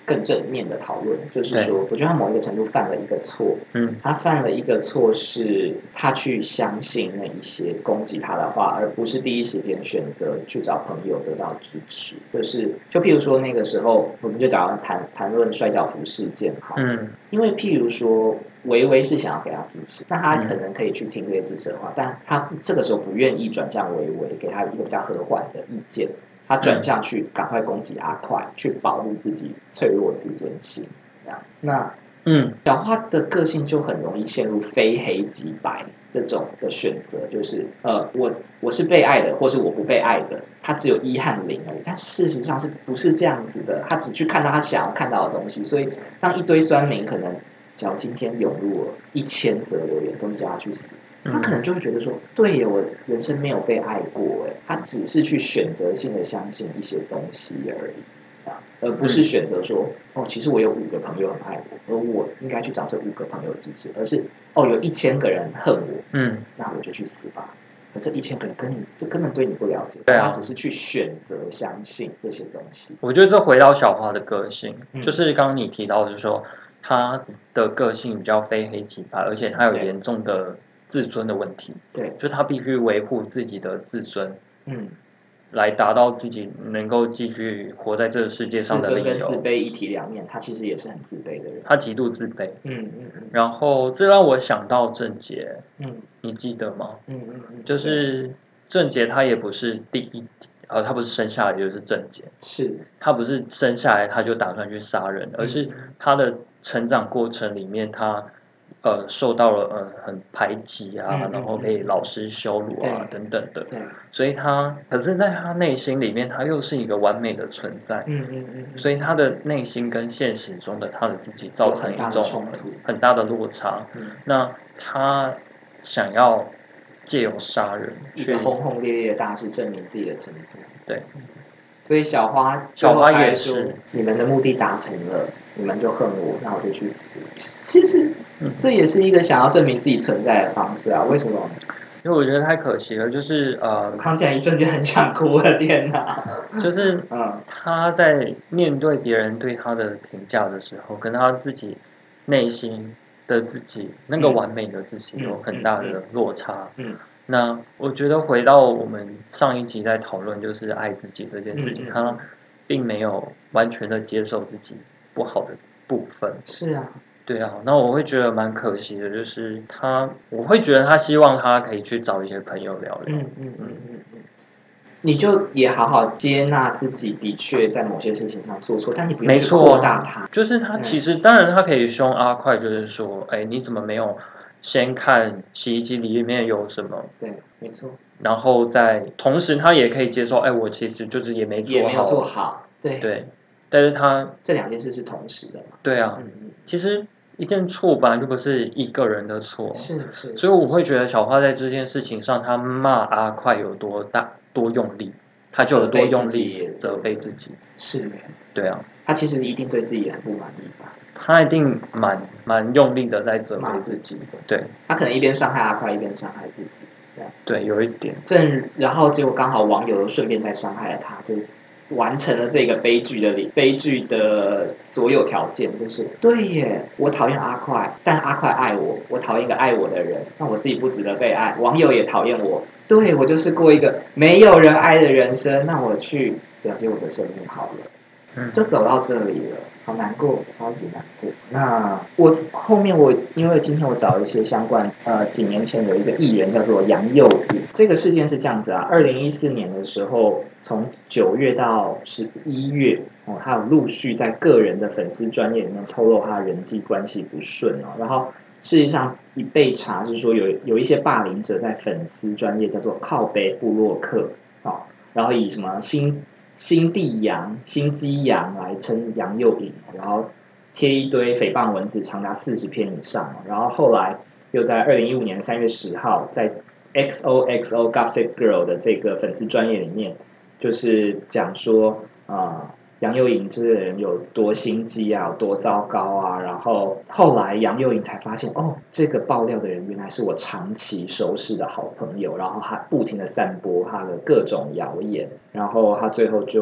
更正面的讨论，就是说，我觉得他某一个程度犯了一个错， 嗯， 他犯了一个错是，他去相信那一些攻击他的话，而不是第一时间选择去找朋友得到支持。就是，就譬如说那个时候，我们就讲谈谈论摔跤服事件哈，嗯，因为譬如说。维维是想要给他支持，那他可能可以去听这些支持的话，嗯、但他这个时候不愿意转向维维，给他一个比较和缓的意见，他转向去赶快攻击阿快，去保护自己脆弱自尊心。这样，那嗯，小花的个性就很容易陷入非黑即白这种的选择，就是呃，我我是被爱的，或是我不被爱的，他只有一和零而已。但事实上是不是这样子的？他只去看到他想要看到的东西，所以当一堆酸民可能。只要今天涌入了一千则留言，都是叫他去死，他可能就会觉得说：“对耶，我人生没有被爱过。”哎，他只是去选择性的相信一些东西而已啊，而不是选择说：“哦，其实我有五个朋友很爱我，而我应该去找这五个朋友支持。”而是哦，有一千个人恨我，嗯，那我就去死吧。可这一千个人跟你就根本对你不了解，对啊，他只是去选择相信这些东西。 我觉得这回到小花的个性，嗯、就是刚刚你提到，就是说。他的个性比较非黑即白，而且他有严重的自尊的问题。 对， 就他必须维护自己的自尊，嗯，来达到自己能够继续活在这个世界上的理由。 自尊跟自卑一体两面，他其实也是很自卑的人。 他极度自卑。 嗯嗯嗯。 然后这让我想到郑捷，嗯，你记得吗？ 嗯嗯嗯。 就是郑捷他也不是第一。呃，他不是生下来就是郑捷， 是他不是生下来他就打算去杀人，而是他的成长过程里面，他呃受到了呃很排挤啊，嗯、然后被老师羞辱啊等等的， 对， 所以他可是在他内心里面，他又是一个完美的存在，嗯嗯嗯，所以他的内心跟现实中的他的自己造成一种很大的落差，嗯、那他想要。借由杀人， 一个轰轰烈烈的大事证明自己的存在。 对， 所以小花， 小花也是， 你们的目的达成了，你们就恨我，那我就去死。其实，嗯、这也是一个想要证明自己存在的方式啊。为什么？ 因为我觉得太可惜了，就是呃， 康健一瞬间很想哭了，天哪！ 就是嗯，他在面对别人对他的评价的时候，跟他自己内心。的自己那个完美的自己有很大的落差。嗯，嗯那我觉得回到我们上一集在讨论就是爱自己这件事情，嗯嗯、他并没有完全的接受自己不好的部分。 是啊， 对啊，那我会觉得蛮可惜的，就是他，我会觉得他希望他可以去找一些朋友聊聊。 嗯嗯嗯嗯嗯。你就也好好接纳自己，的确在某些事情上做错，但你不用去扩大它。 就是他其实、嗯、当然他可以凶阿快，就是说，哎，你怎么没有先看洗衣机里面有什么？ 对，没错。 然后在同时，他也可以接受，哎，我其实就是也没做好， 也没有做好。对对，但是他这两件事是同时的嘛？ 对啊，嗯、其实一件错本来就不是一个人的错， 是是。 所以我会觉得小花在这件事情上，他骂阿快有多大。多用力，他就有多用力责备自己。 是， 对啊， 他其实一定对自己很不满意吧？ 他一定蛮蛮用力的在责备自己。对， 他可能一边伤害阿快，一边伤害自己。对， 对，有一点。 正，然后结果刚好网友顺便再伤害了他，就完成了这个悲剧的悲剧的所有条件，就是对耶，我讨厌阿快，但阿快爱我，我讨厌一个爱我的人，那我自己不值得被爱，网友也讨厌我。对，我就是过一个没有人爱的人生，那我去了解我的生命好了，嗯，就走到这里了，好难过，超级难过。那我后面我因为今天我找一些相关，呃，几年前有一个艺人叫做杨佑颖，这个事件是这样子啊，二零一四年的时候，从九月到十一月，哦，他有陆续在个人的粉丝专页里面透露他人际关系不顺哦，然后。事实上，一被查是说有有一些霸凌者在粉丝专页叫做靠北部落客啊、哦，然后以什么新新地羊、新基羊来称杨佑颖，然后贴一堆诽谤文字，长达四十篇以上。然后后来又在二零一五年三月十号，在 X O X O Gossip Girl 的这个粉丝专页里面，就是讲说啊。呃杨佑颖这个人有多心机啊，有多糟糕啊！然后后来杨佑颖才发现，哦，这个爆料的人原来是我长期熟识的好朋友，然后他不停的散播他的各种谣言，然后他最后就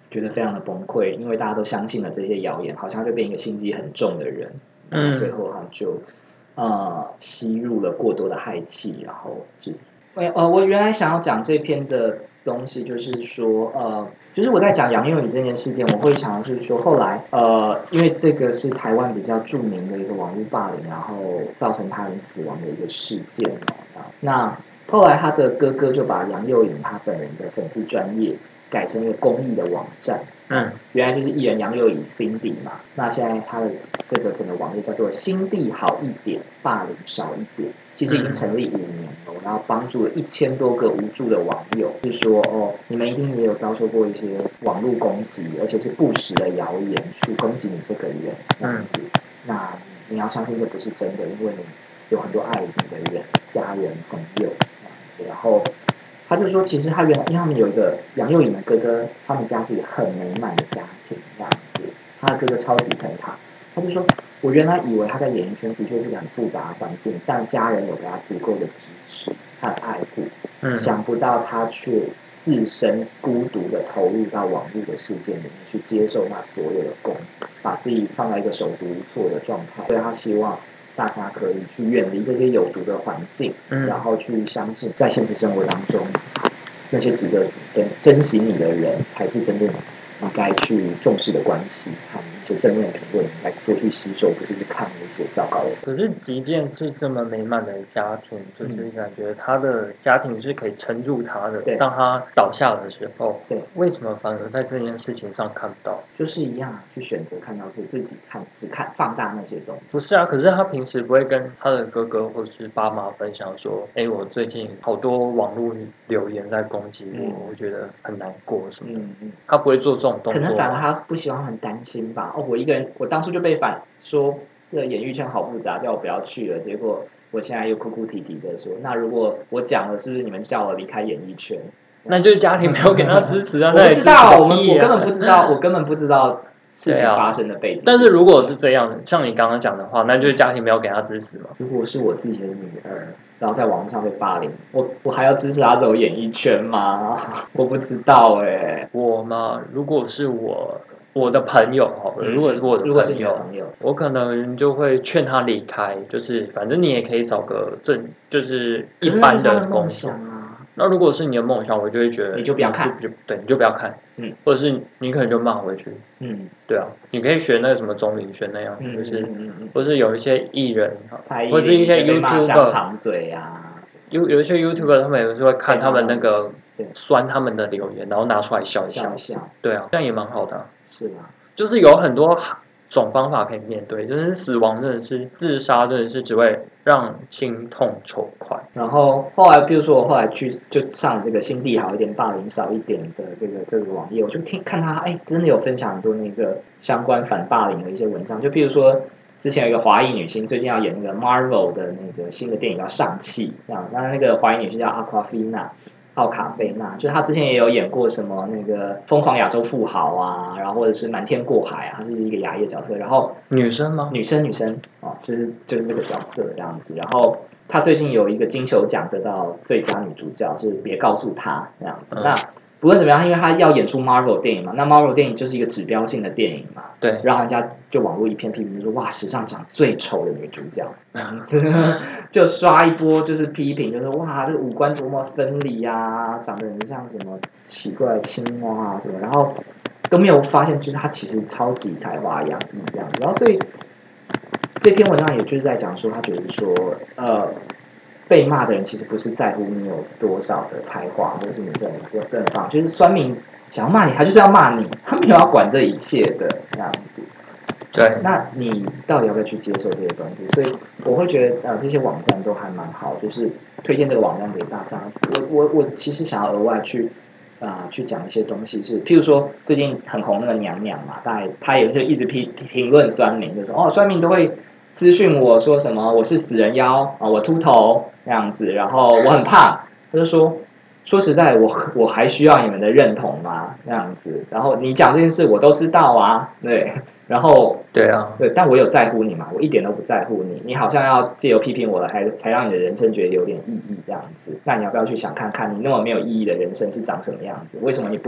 觉得非常的崩溃，因为大家都相信了这些谣言，好像就变一个心机很重的人，然后最后他就呃吸入了过多的氦气，然后致死。呃，我原来想要讲这篇的东西，就是说，呃，就是我在讲杨佑宁这件事件，我会想的是说，后来，呃，因为这个是台湾比较著名的一个网络霸凌，然后造成他人死亡的一个事件哦。那后来他的哥哥就把杨佑宁他本人的粉丝专页改成一个公益的网站， 嗯， 原来就是艺人杨佑宁 Cindy 嘛，那现在他的这个整个网页叫做心地好一点，霸凌少一点。其实已经成立五年了，然后帮助了一千多个无助的网友，是说哦，你们一定也有遭受过一些网络攻击，而且是不实的谣言去攻击你这个人，这样子。那你要相信这不是真的，因为你有很多爱你的人、家人、朋友这样子。然后他就说，其实他原来因为他们有一个杨佑宁的哥哥，他们家是一个很美满的家庭这样子，他的哥哥超级疼他，他就说。我原来以为他在演艺圈的确是个很复杂的环境，但家人有给他足够的支持和爱护，嗯、想不到他却自身孤独的投入到网络的世界里面去接受那所有的攻击，把自己放在一个手足无措的状态。所以他希望大家可以去远离这些有毒的环境，嗯、然后去相信在现实生活当中，那些值得珍珍惜你的人才是真正应该去重视的关系和一些正面评论应该多去吸收，不是去看那些糟糕的。 可是即便是这么美满的家庭，就是感觉他的家庭是可以撑住他的，当他倒下的时候， 对， 为什么反而在这件事情上看不到？ 就是一样，去选择看到自自己看，只看放大那些东西。 不是啊，可是他平时不会跟他的哥哥或是爸妈分享说，哎、欸，我最近好多网络留言在攻击我，嗯、我觉得很难过什么的。嗯嗯，他不会做这种动作。 可能反而他不希望他们担心吧。哦，我一个人，我当初就被反说这个演艺圈好复杂，叫我不要去了。结果我现在又哭哭啼啼的说，那如果我讲了，是不是你们叫我离开演艺圈？ 那就是家庭没有给他支持啊。 我不知道，我们我根本不知道，我根本不知道事情发生的背景。 但是如果是这样，像你刚刚讲的话，那就是家庭没有给他支持嘛。 如果是我自己的女儿，然后在网络上被霸凌，我我还要支持她走演艺圈吗？我不知道哎、欸。 我嘛，如果是我我的朋友好了，如果是我的朋友， 如果是你的朋友， 我可能就会劝他离开，就是反正你也可以找个正，就是一般的工作。那如果是你的梦想，我就会觉得你就不要看， 就对，你就不要看，嗯，或者是你可能就骂回去，嗯，对啊，你可以学那个什么钟明轩那样，嗯、就是，嗯嗯、或是有一些艺人，或是一些 YouTuber 长嘴啊， 有有一些 YouTuber 他们有时候会看他们那个酸他们的留言，然后拿出来笑一笑， 笑对啊，这样也蛮好的、啊， 是啊， 就是有很多种方法可以面对，就是死亡真的是自杀，真的是只会让心痛仇快。 然后后来，比如说我后来去就上这个心地好一点、霸凌少一点的这个这个网页，我就听看他哎，真的有分享很多那个相关反霸凌的一些文章。就譬如说，之前有一个华裔女星最近要演那个 Marvel 的那个新的电影叫《上汽》，这样，那那个华裔女星叫 Aquafina。奥卡菲娜，就是他之前也有演过什么那个《疯狂亚洲富豪》啊，然后或者是《瞒天过海》啊，他是一个牙医角色。然后女生吗？ 女生女生哦，就是就是这个角色这样子。然后他最近有一个金球奖得到最佳女主角，是别告诉他这样子。嗯、那不论怎么样，因为他要演出 Marvel 电影嘛，那 Marvel 电影就是一个指标性的电影嘛， 对， 然后人家就网络一片批评，就说哇，史上长最丑的女主角，这样子就刷一波，就是批评，就是哇，这个五官多么分离啊，长得很像什么奇怪的青蛙啊什么，然后都没有发现，就是她其实超级才华洋溢这样子，然后所以这篇文章也就是在讲说，他觉得说，呃。被骂的人其实不是在乎你有多少的才华，或者是你这种更棒，就是酸民想要骂你，他就是要骂你，他没有要管这一切的这样子。 对， 那你到底要不要去接受这些东西？所以我会觉得，呃，这些网站都还蛮好，就是推荐这个网站给大家。我我我其实想要额外去啊、呃、去讲一些东西是，譬如说最近很红那个娘娘嘛，大概他也是一直评评论酸民，就说哦，酸民都会私讯我说什么我是死人妖啊、呃，我秃头那样子，然后我很胖，他就说说实在我我还需要你们的认同吗？那样子，然后你讲这件事我都知道啊，对，然后对啊， 对，但我有在乎你吗？我一点都不在乎你，你好像要借由批评我了，还才让你的人生觉得有点意义这样子。那你要不要去想看看，你那么没有意义的人生是长什么样子？为什么你不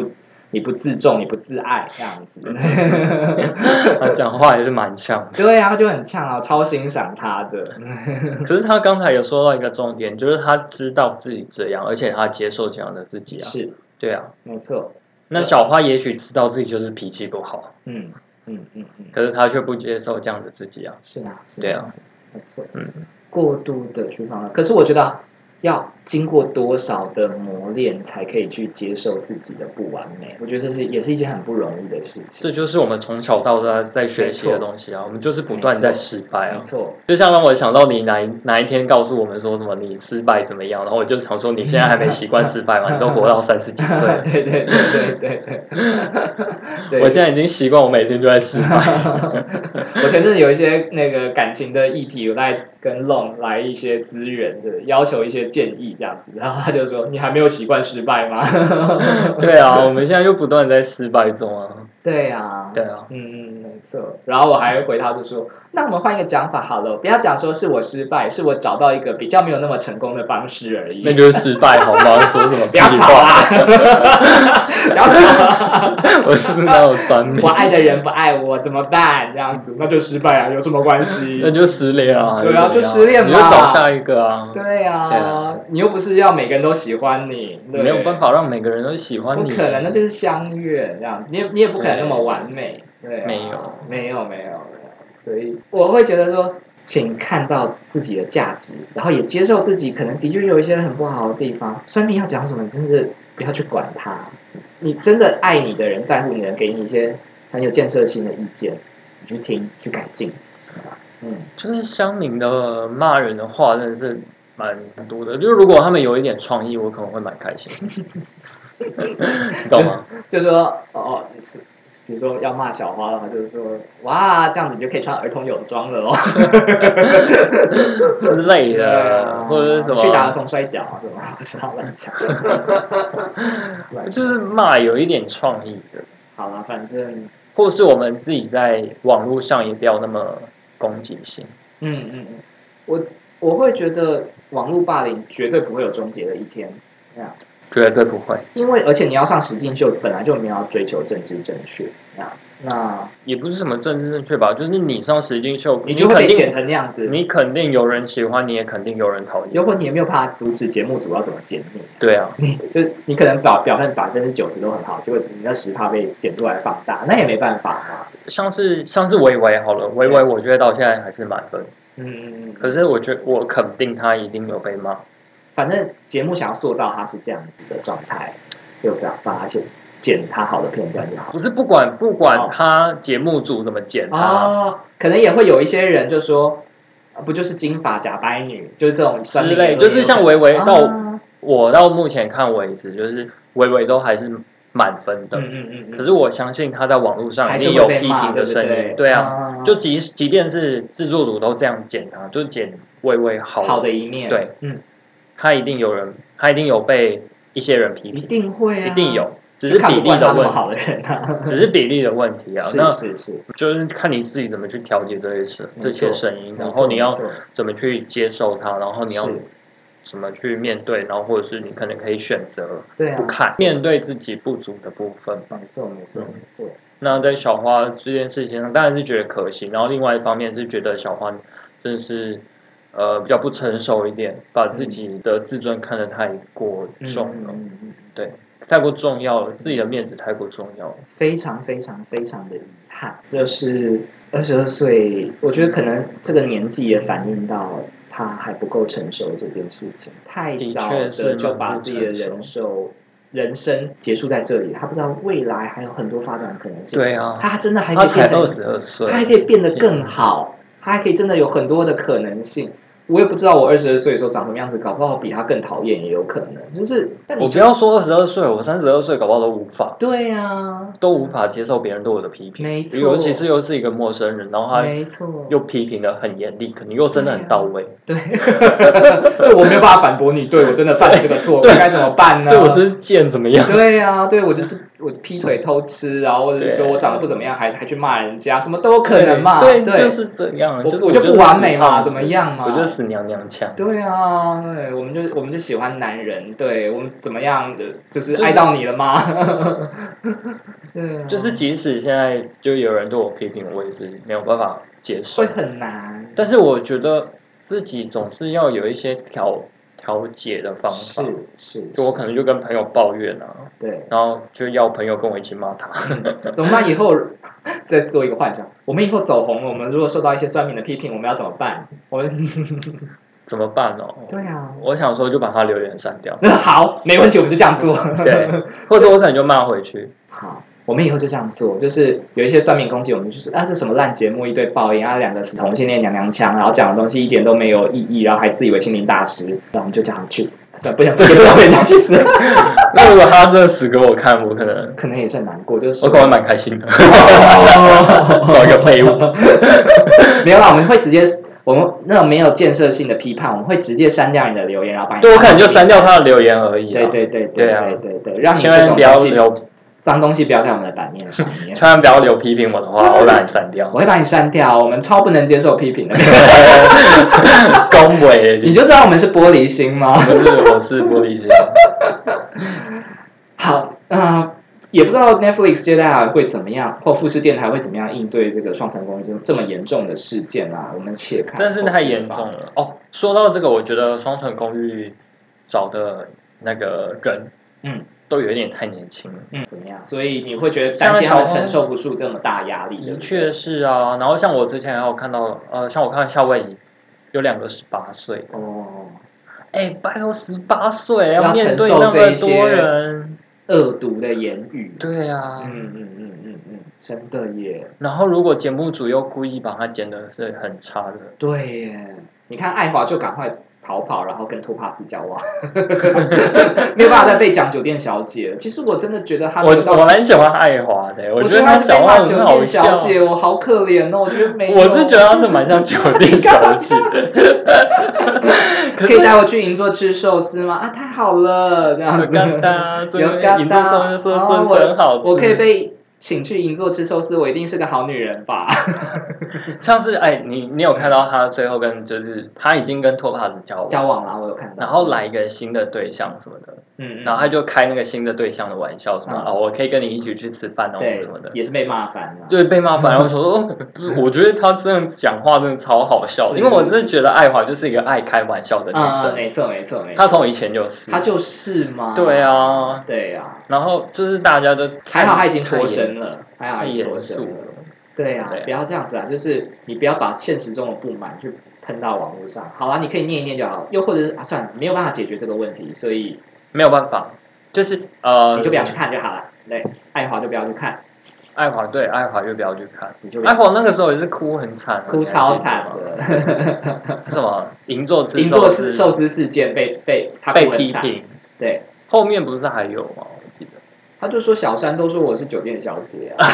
你不自重，你不自爱这样子。 他讲话也是蛮呛的。 对啊，他就很呛啊，超欣赏他的。 可是他刚才有说到一个重点，就是他知道自己这样，而且他接受这样的自己啊。 是， 对啊， 没错。 那小花也许知道自己就是脾气不好， 嗯嗯嗯嗯， 可是他却不接受这样的自己啊。 是啊，是对啊， 没错。 嗯， 过度的去放大，可是我觉得要经过多少的磨练，才可以去接受自己的不完美？我觉得这是也是一件很不容易的事情。 这就是我们从小到大在学习的东西啊，我们就是不断在失败啊。 没错， 就像让我想到你哪一哪一天告诉我们说什么你失败怎么样，然后我就想说你现在还没习惯失败嘛，你都活到三十几岁。 对对对对对对。 我现在已经习惯，我每天就在失败。 我前阵子有一些那个感情的议题，有在跟 Long 来一些资源的要求一些建议这样子，然后他就说：“你还没有习惯失败吗？” 对啊，我们现在就不断在失败中啊。 对啊， 对啊， 嗯嗯，没错。然后我还回他就说：“那我们换一个讲法好了，不要讲说是我失败，是我找到一个比较没有那么成功的方式而已。” 那就是失败好吗？说什么？ 不要吵啦！不要吵啦！ 我是哪有酸民？ 我爱的人不爱我怎么办？这样子那就失败啊，有什么关系？ 那就失恋啊！ 对啊，就失恋嘛， 你就找下一个啊！ 对啊，你又不是要每个人都喜欢你， 没有办法让每个人都喜欢你， 不可能，那就是相悦这样，你也你也不可能那么完美，对， 没有没有没有，所以我会觉得说，请看到自己的价值，然后也接受自己可能的确有一些很不好的地方。酸民要讲什么，你真是不要去管他。你真的爱你的人、在乎你的人，给你一些很有建设性的意见，你去听、去改进。嗯， 就是乡民的骂人的话，真的是蛮多的。就是如果他们有一点创意，我可能会蛮开心。你懂吗？ 就说哦，是。比如说要骂小花的话，就是说哇，这样子你就可以穿儿童泳装了哦之类的，啊、或者是什么去打儿童摔跤啊，什么不知道乱讲， 就是骂有一点创意的。 好啦，反正或是我们自己在网络上也不要那么攻击性。 嗯嗯嗯，我我会觉得网络霸凌绝对不会有终结的一天，这样。 绝对不会， 因为而且你要上实境秀，本来就没有要追求政治正确，那那也不是什么政治正确吧，就是你上实境秀， 你就会被剪成那样子， 你肯定有人喜欢，你也肯定有人讨厌。 如果你也没有办法阻止节目组要怎么剪你， 对啊， 你就你可能表表现百分之九十都很好，结果你那十趴被剪出来放大，那也没办法嘛。 像是像是维维好了，维维我觉得到现在还是满分， 嗯嗯嗯， 可是我觉得我肯定他一定有被骂。 反正节目想要塑造他是这样子的状态，就把把他剪剪他好的片段就好。 不是不管不管他节目组怎么剪他， 哦，可能也会有一些人就说，不就是金发假白女，就是这种之类，就是像维维到、啊、我到目前看为止，就是维维都还是满分的。嗯嗯嗯嗯。可是我相信他在网络上一定有批评的声音，对, 对, 对啊，啊就即即便是制作组都这样剪他，就剪维维好好的一面， 对，嗯。他一定有人，他一定有被一些人批评， 一定会啊， 一定有，只是比例的问题， 好的人啊， 只是比例的问题啊。 是是是， 就是看你自己怎么去调节这些声这些声音，然后你要怎么去接受它，然后你要怎么去面对，然后或者是你可能可以选择不看，啊、面对自己不足的部分。 没错没错没错。 那在小花这件事情上，当然是觉得可惜，然后另外一方面是觉得小花真的是。呃，比较不成熟一点，把自己的自尊看得太过重了，嗯嗯嗯、对，太过重要了，自己的面子太过重要了， 非常非常非常的遗憾。就是二十二岁，我觉得可能这个年纪也反映到他还不够成熟这件事情，太早的就把自己的人寿、人生结束在这里，他不知道未来还有很多发展可能性。 对啊， 他真的还可以变成二十二岁， 他还可以变得更好。他还可以真的有很多的可能性，我也不知道我二十二岁的时候长什么样子，搞不好比他更讨厌也有可能。就是，但你我不要说二十二岁，我三十二岁搞不好都无法。 对啊， 都无法接受别人对我的批评， 没错。 尤其是又是一个陌生人，然后他没错又批评的很严厉，可能又真的很到位。 对，对我没有办法反驳你，对我真的犯了这个错，我该怎么办呢？ 对我是贱怎么样？ 对啊，对我就是我劈腿偷吃，然后或者是说我长得不怎么样，还还去骂人家，什么都有可能嘛。 对， 对， 就是这样。 我就是我就不完美嘛，怎么样嘛？ 我就死娘娘腔。 对啊，对，我们就我们就喜欢男人，对我们怎么样的，就是爱到你了吗？对啊， 就是即使现在就有人对我批评，我也是没有办法接受， 会很难。 但是我觉得自己总是要有一些调调解的方法。 是是， 就我可能就跟朋友抱怨啊， 对， 然后就要朋友跟我一起骂他。 嗯、怎么办？以后再做一个幻想，我们以后走红了，我们如果受到一些酸民的批评，我们要怎么办？我们怎么办哦？ 对啊， 我想说就把他留言删掉。 好，没问题，我们就这样做。 对，或者我可能就骂回去。 好。我们以后就这样做，就是有一些酸民攻击我们，就是啊是什么烂节目，一堆爆音啊，两个是同性恋娘娘腔，然后讲的东西一点都没有意义，然后还自以为心灵大师，然后我们就叫他们去死，算不想不想被人家去死。 那如果他真的死给我看，我可能可能也是很难过，就是我可能蛮开心的，找一个废物。 没有啦，我们会直接。我们那种没有建设性的批判，我们会直接删掉你的留言，然后把你。 对，我可能就删掉他的留言而已。 对对对对对对对对，让你千万不要留脏东西，不要在我们的版面上面。 千万不要留批评我的话，我会把你删掉。 我会把你删掉，我们超不能接受批评的。 恭维， 你就知道我们是玻璃心吗？ 不是，我是玻璃心。 好，呃。也不知道 Netflix 接下来会怎么样，或富士电台会怎么样应对这个双层公寓这么严重的事件啊？我们且看。 真是太严重了哦！说到这个，我觉得双层公寓找的那个人，嗯，都有点太年轻了。 嗯，怎么样？所以你会觉得担心他们承受不住这么大压力？ 的确是啊。然后像我之前还有看到，呃，像我看夏威夷有两个十八岁哦，哎，拜托十八岁要面对那么多人。 恶毒的言语， 对啊， 嗯嗯嗯嗯嗯，真的耶。 然后如果节目组又故意把它剪的是很差的， 对耶。你看爱华就赶快逃跑，然后跟托帕斯交往，没有办法再被讲酒店小姐了。其实我真的觉得他， 我我蛮喜欢爱华的，我觉得他讲话很好笑。 小姐，我好可怜哦，我觉得没有。 我是觉得他是蛮像酒店小姐的。 可以带我去银座吃寿司吗？啊，太好了，这样子。 有干银座寿司很好吃。 我可以被请去银座吃寿司，我一定是个好女人吧？ 像是哎，你你有看到他最后跟就是他已经跟托帕斯交往交往了，我有看到。 然后来一个新的对象什么的，嗯，然后他就开那个新的对象的玩笑，什么哦，我可以跟你一起去吃饭哦，什么的， 也是被骂烦了。 对，被骂烦。然后说，我觉得他真的讲话真的超好笑，因为我真的觉得爱华就是一个爱开玩笑的女生， 没错没错没错， 她从以前就是， 她就是嘛， 对啊对啊。 然后就是大家都还好，她已经脱身了，还好太严肃了。 对啊，不要这样子啊！就是你不要把现实中的不满去喷到网络上。好啊，你可以念一念就好，又或者是啊，算了，没有办法解决这个问题，所以没有办法，就是呃， 你就不要去看就好了。对，爱华就不要去看， 爱华对爱华就不要去看。你就爱华那个时候也是哭很惨， 哭超惨的。 什么银座吃银座寿司事件被被他被批评， 对， 后面不是还有吗？ 他就说小山都说我是酒店小姐啊，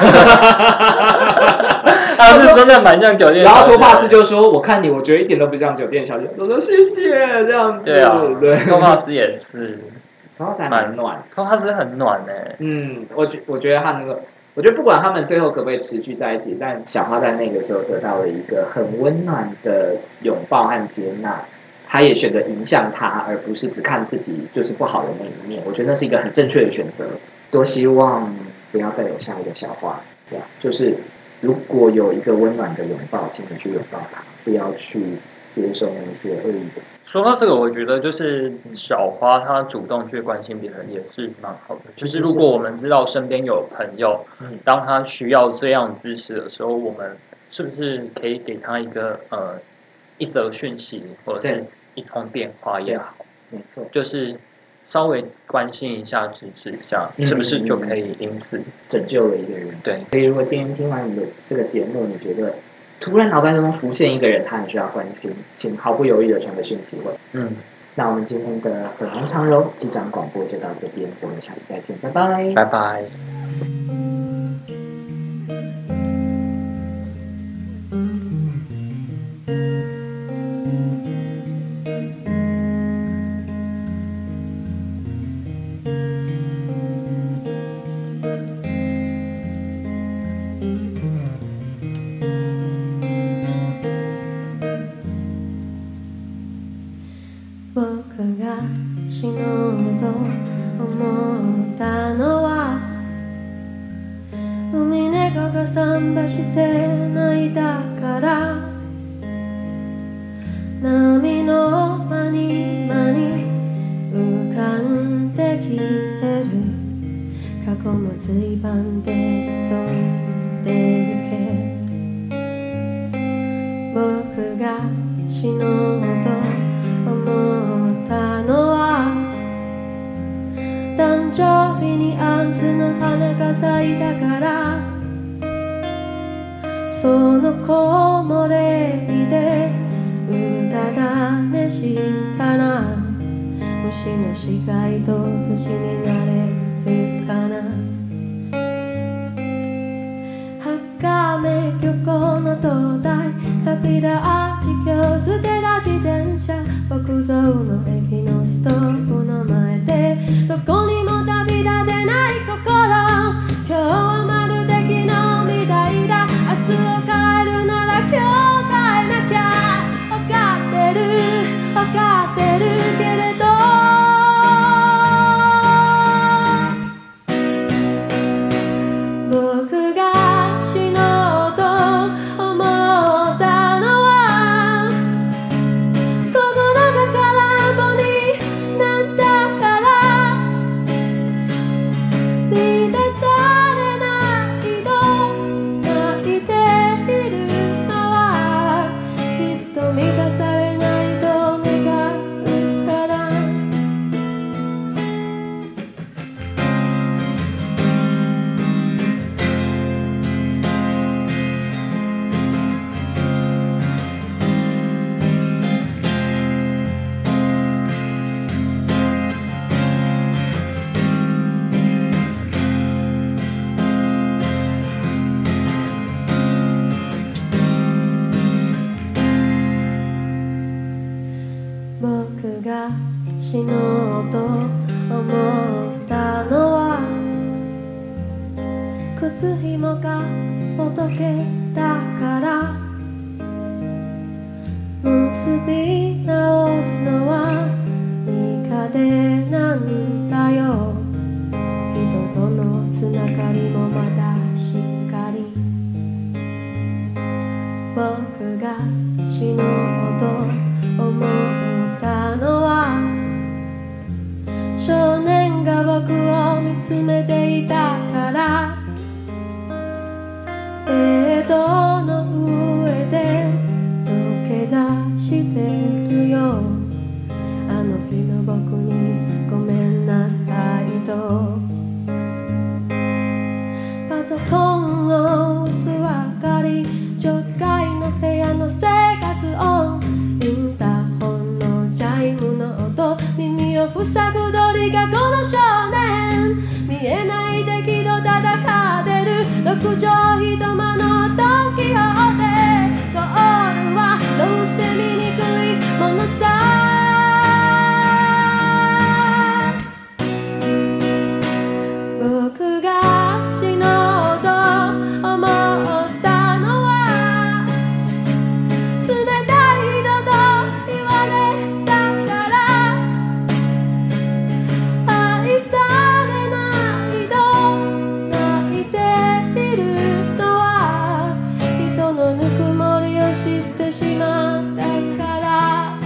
他是真的蛮像酒店小姐。 然后托帕斯就说：“我看你，我觉得一点都不像酒店小姐。”我说：“谢谢。”这样子。 对啊，对，托帕斯也是， 托帕斯蛮暖， 托帕斯很暖哎。 嗯，我觉我觉得他那个，我觉得不管他们最后可不可以持续在一起，但小花在那个时候得到了一个很温暖的拥抱和接纳。他也选择迎向他，而不是只看自己就是不好的那一面。我觉得那是一个很正确的选择。多希望不要再有下一个小花，对吧？就是如果有一个温暖的拥抱，请你去拥抱他，不要去接受那些恶意的。 说到这个，我觉得就是小花她主动去关心别人也是蛮好的。就是如果我们知道身边有朋友，当他需要这样支持的时候，我们是不是可以给他一个呃一则讯息，或者是一通电话也好？ 没错， 就是稍微关心一下、支持一下，是不是就可以因此拯救了一个人？ 对。 所以如果今天听完你的这个节目，你觉得突然脑袋中浮现一个人，他很需要关心，请毫不犹豫的传个讯息过来。嗯，那我们今天的粉红长柔机长广播就到这边，我们下次再见，拜拜， 拜拜。 僕が死のうと思ったのは海猫が桟橋で泣いたから波の間に間に浮かんで消える過去も随伴で飛んでゆけ僕が死のうと思ったのは誕生日にアンズの花が咲いたからその木漏れ日でうただねしたら虫の死骸と土になれるかな鋼漁港の灯台サビラアーチ京捨てら自転車木造の駅のストーブの前でどこにも旅立てない心今日はまるで昨日みたいだ明日を変えるなら今日変えなきゃ分かってる分かってるけれど僕が死のうと思ったのは心が空っぽになったから満たされないと泣いているのはきっと満たされないと願うから僕が死のうと思ったのは靴ひもがほどけたから結び直すのは苦手なんだよ人とのつながりもまたしっかり僕が死のうと思ったのは少年が僕を見つめていたからベッドの上で土下座してるよあの日の僕にごめんなさいとパソコンの薄明かりちょっかいの部屋の生活音インターホンのチャイムの音耳を塞ぐ鳥がこの少年見えない敵と戦ってる六畳一間のドンキホーテゴールはどうせ見にくいものさ僕が死のうと思ったのは冷たい人と言われたから愛されないと泣いているのは人のぬくもりを知ってしまったから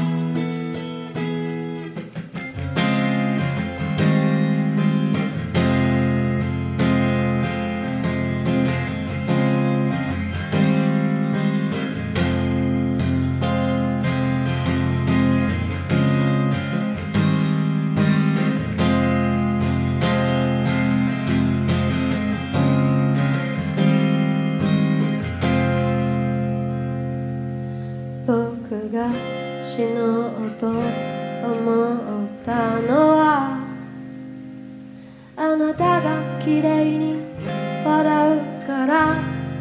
僕が死のうと思ったのはあなたが綺麗に笑うから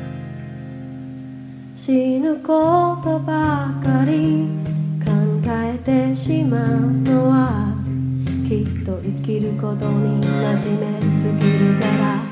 死ぬことばかり考えてしまうのはきっと生きることに馴染めすぎるから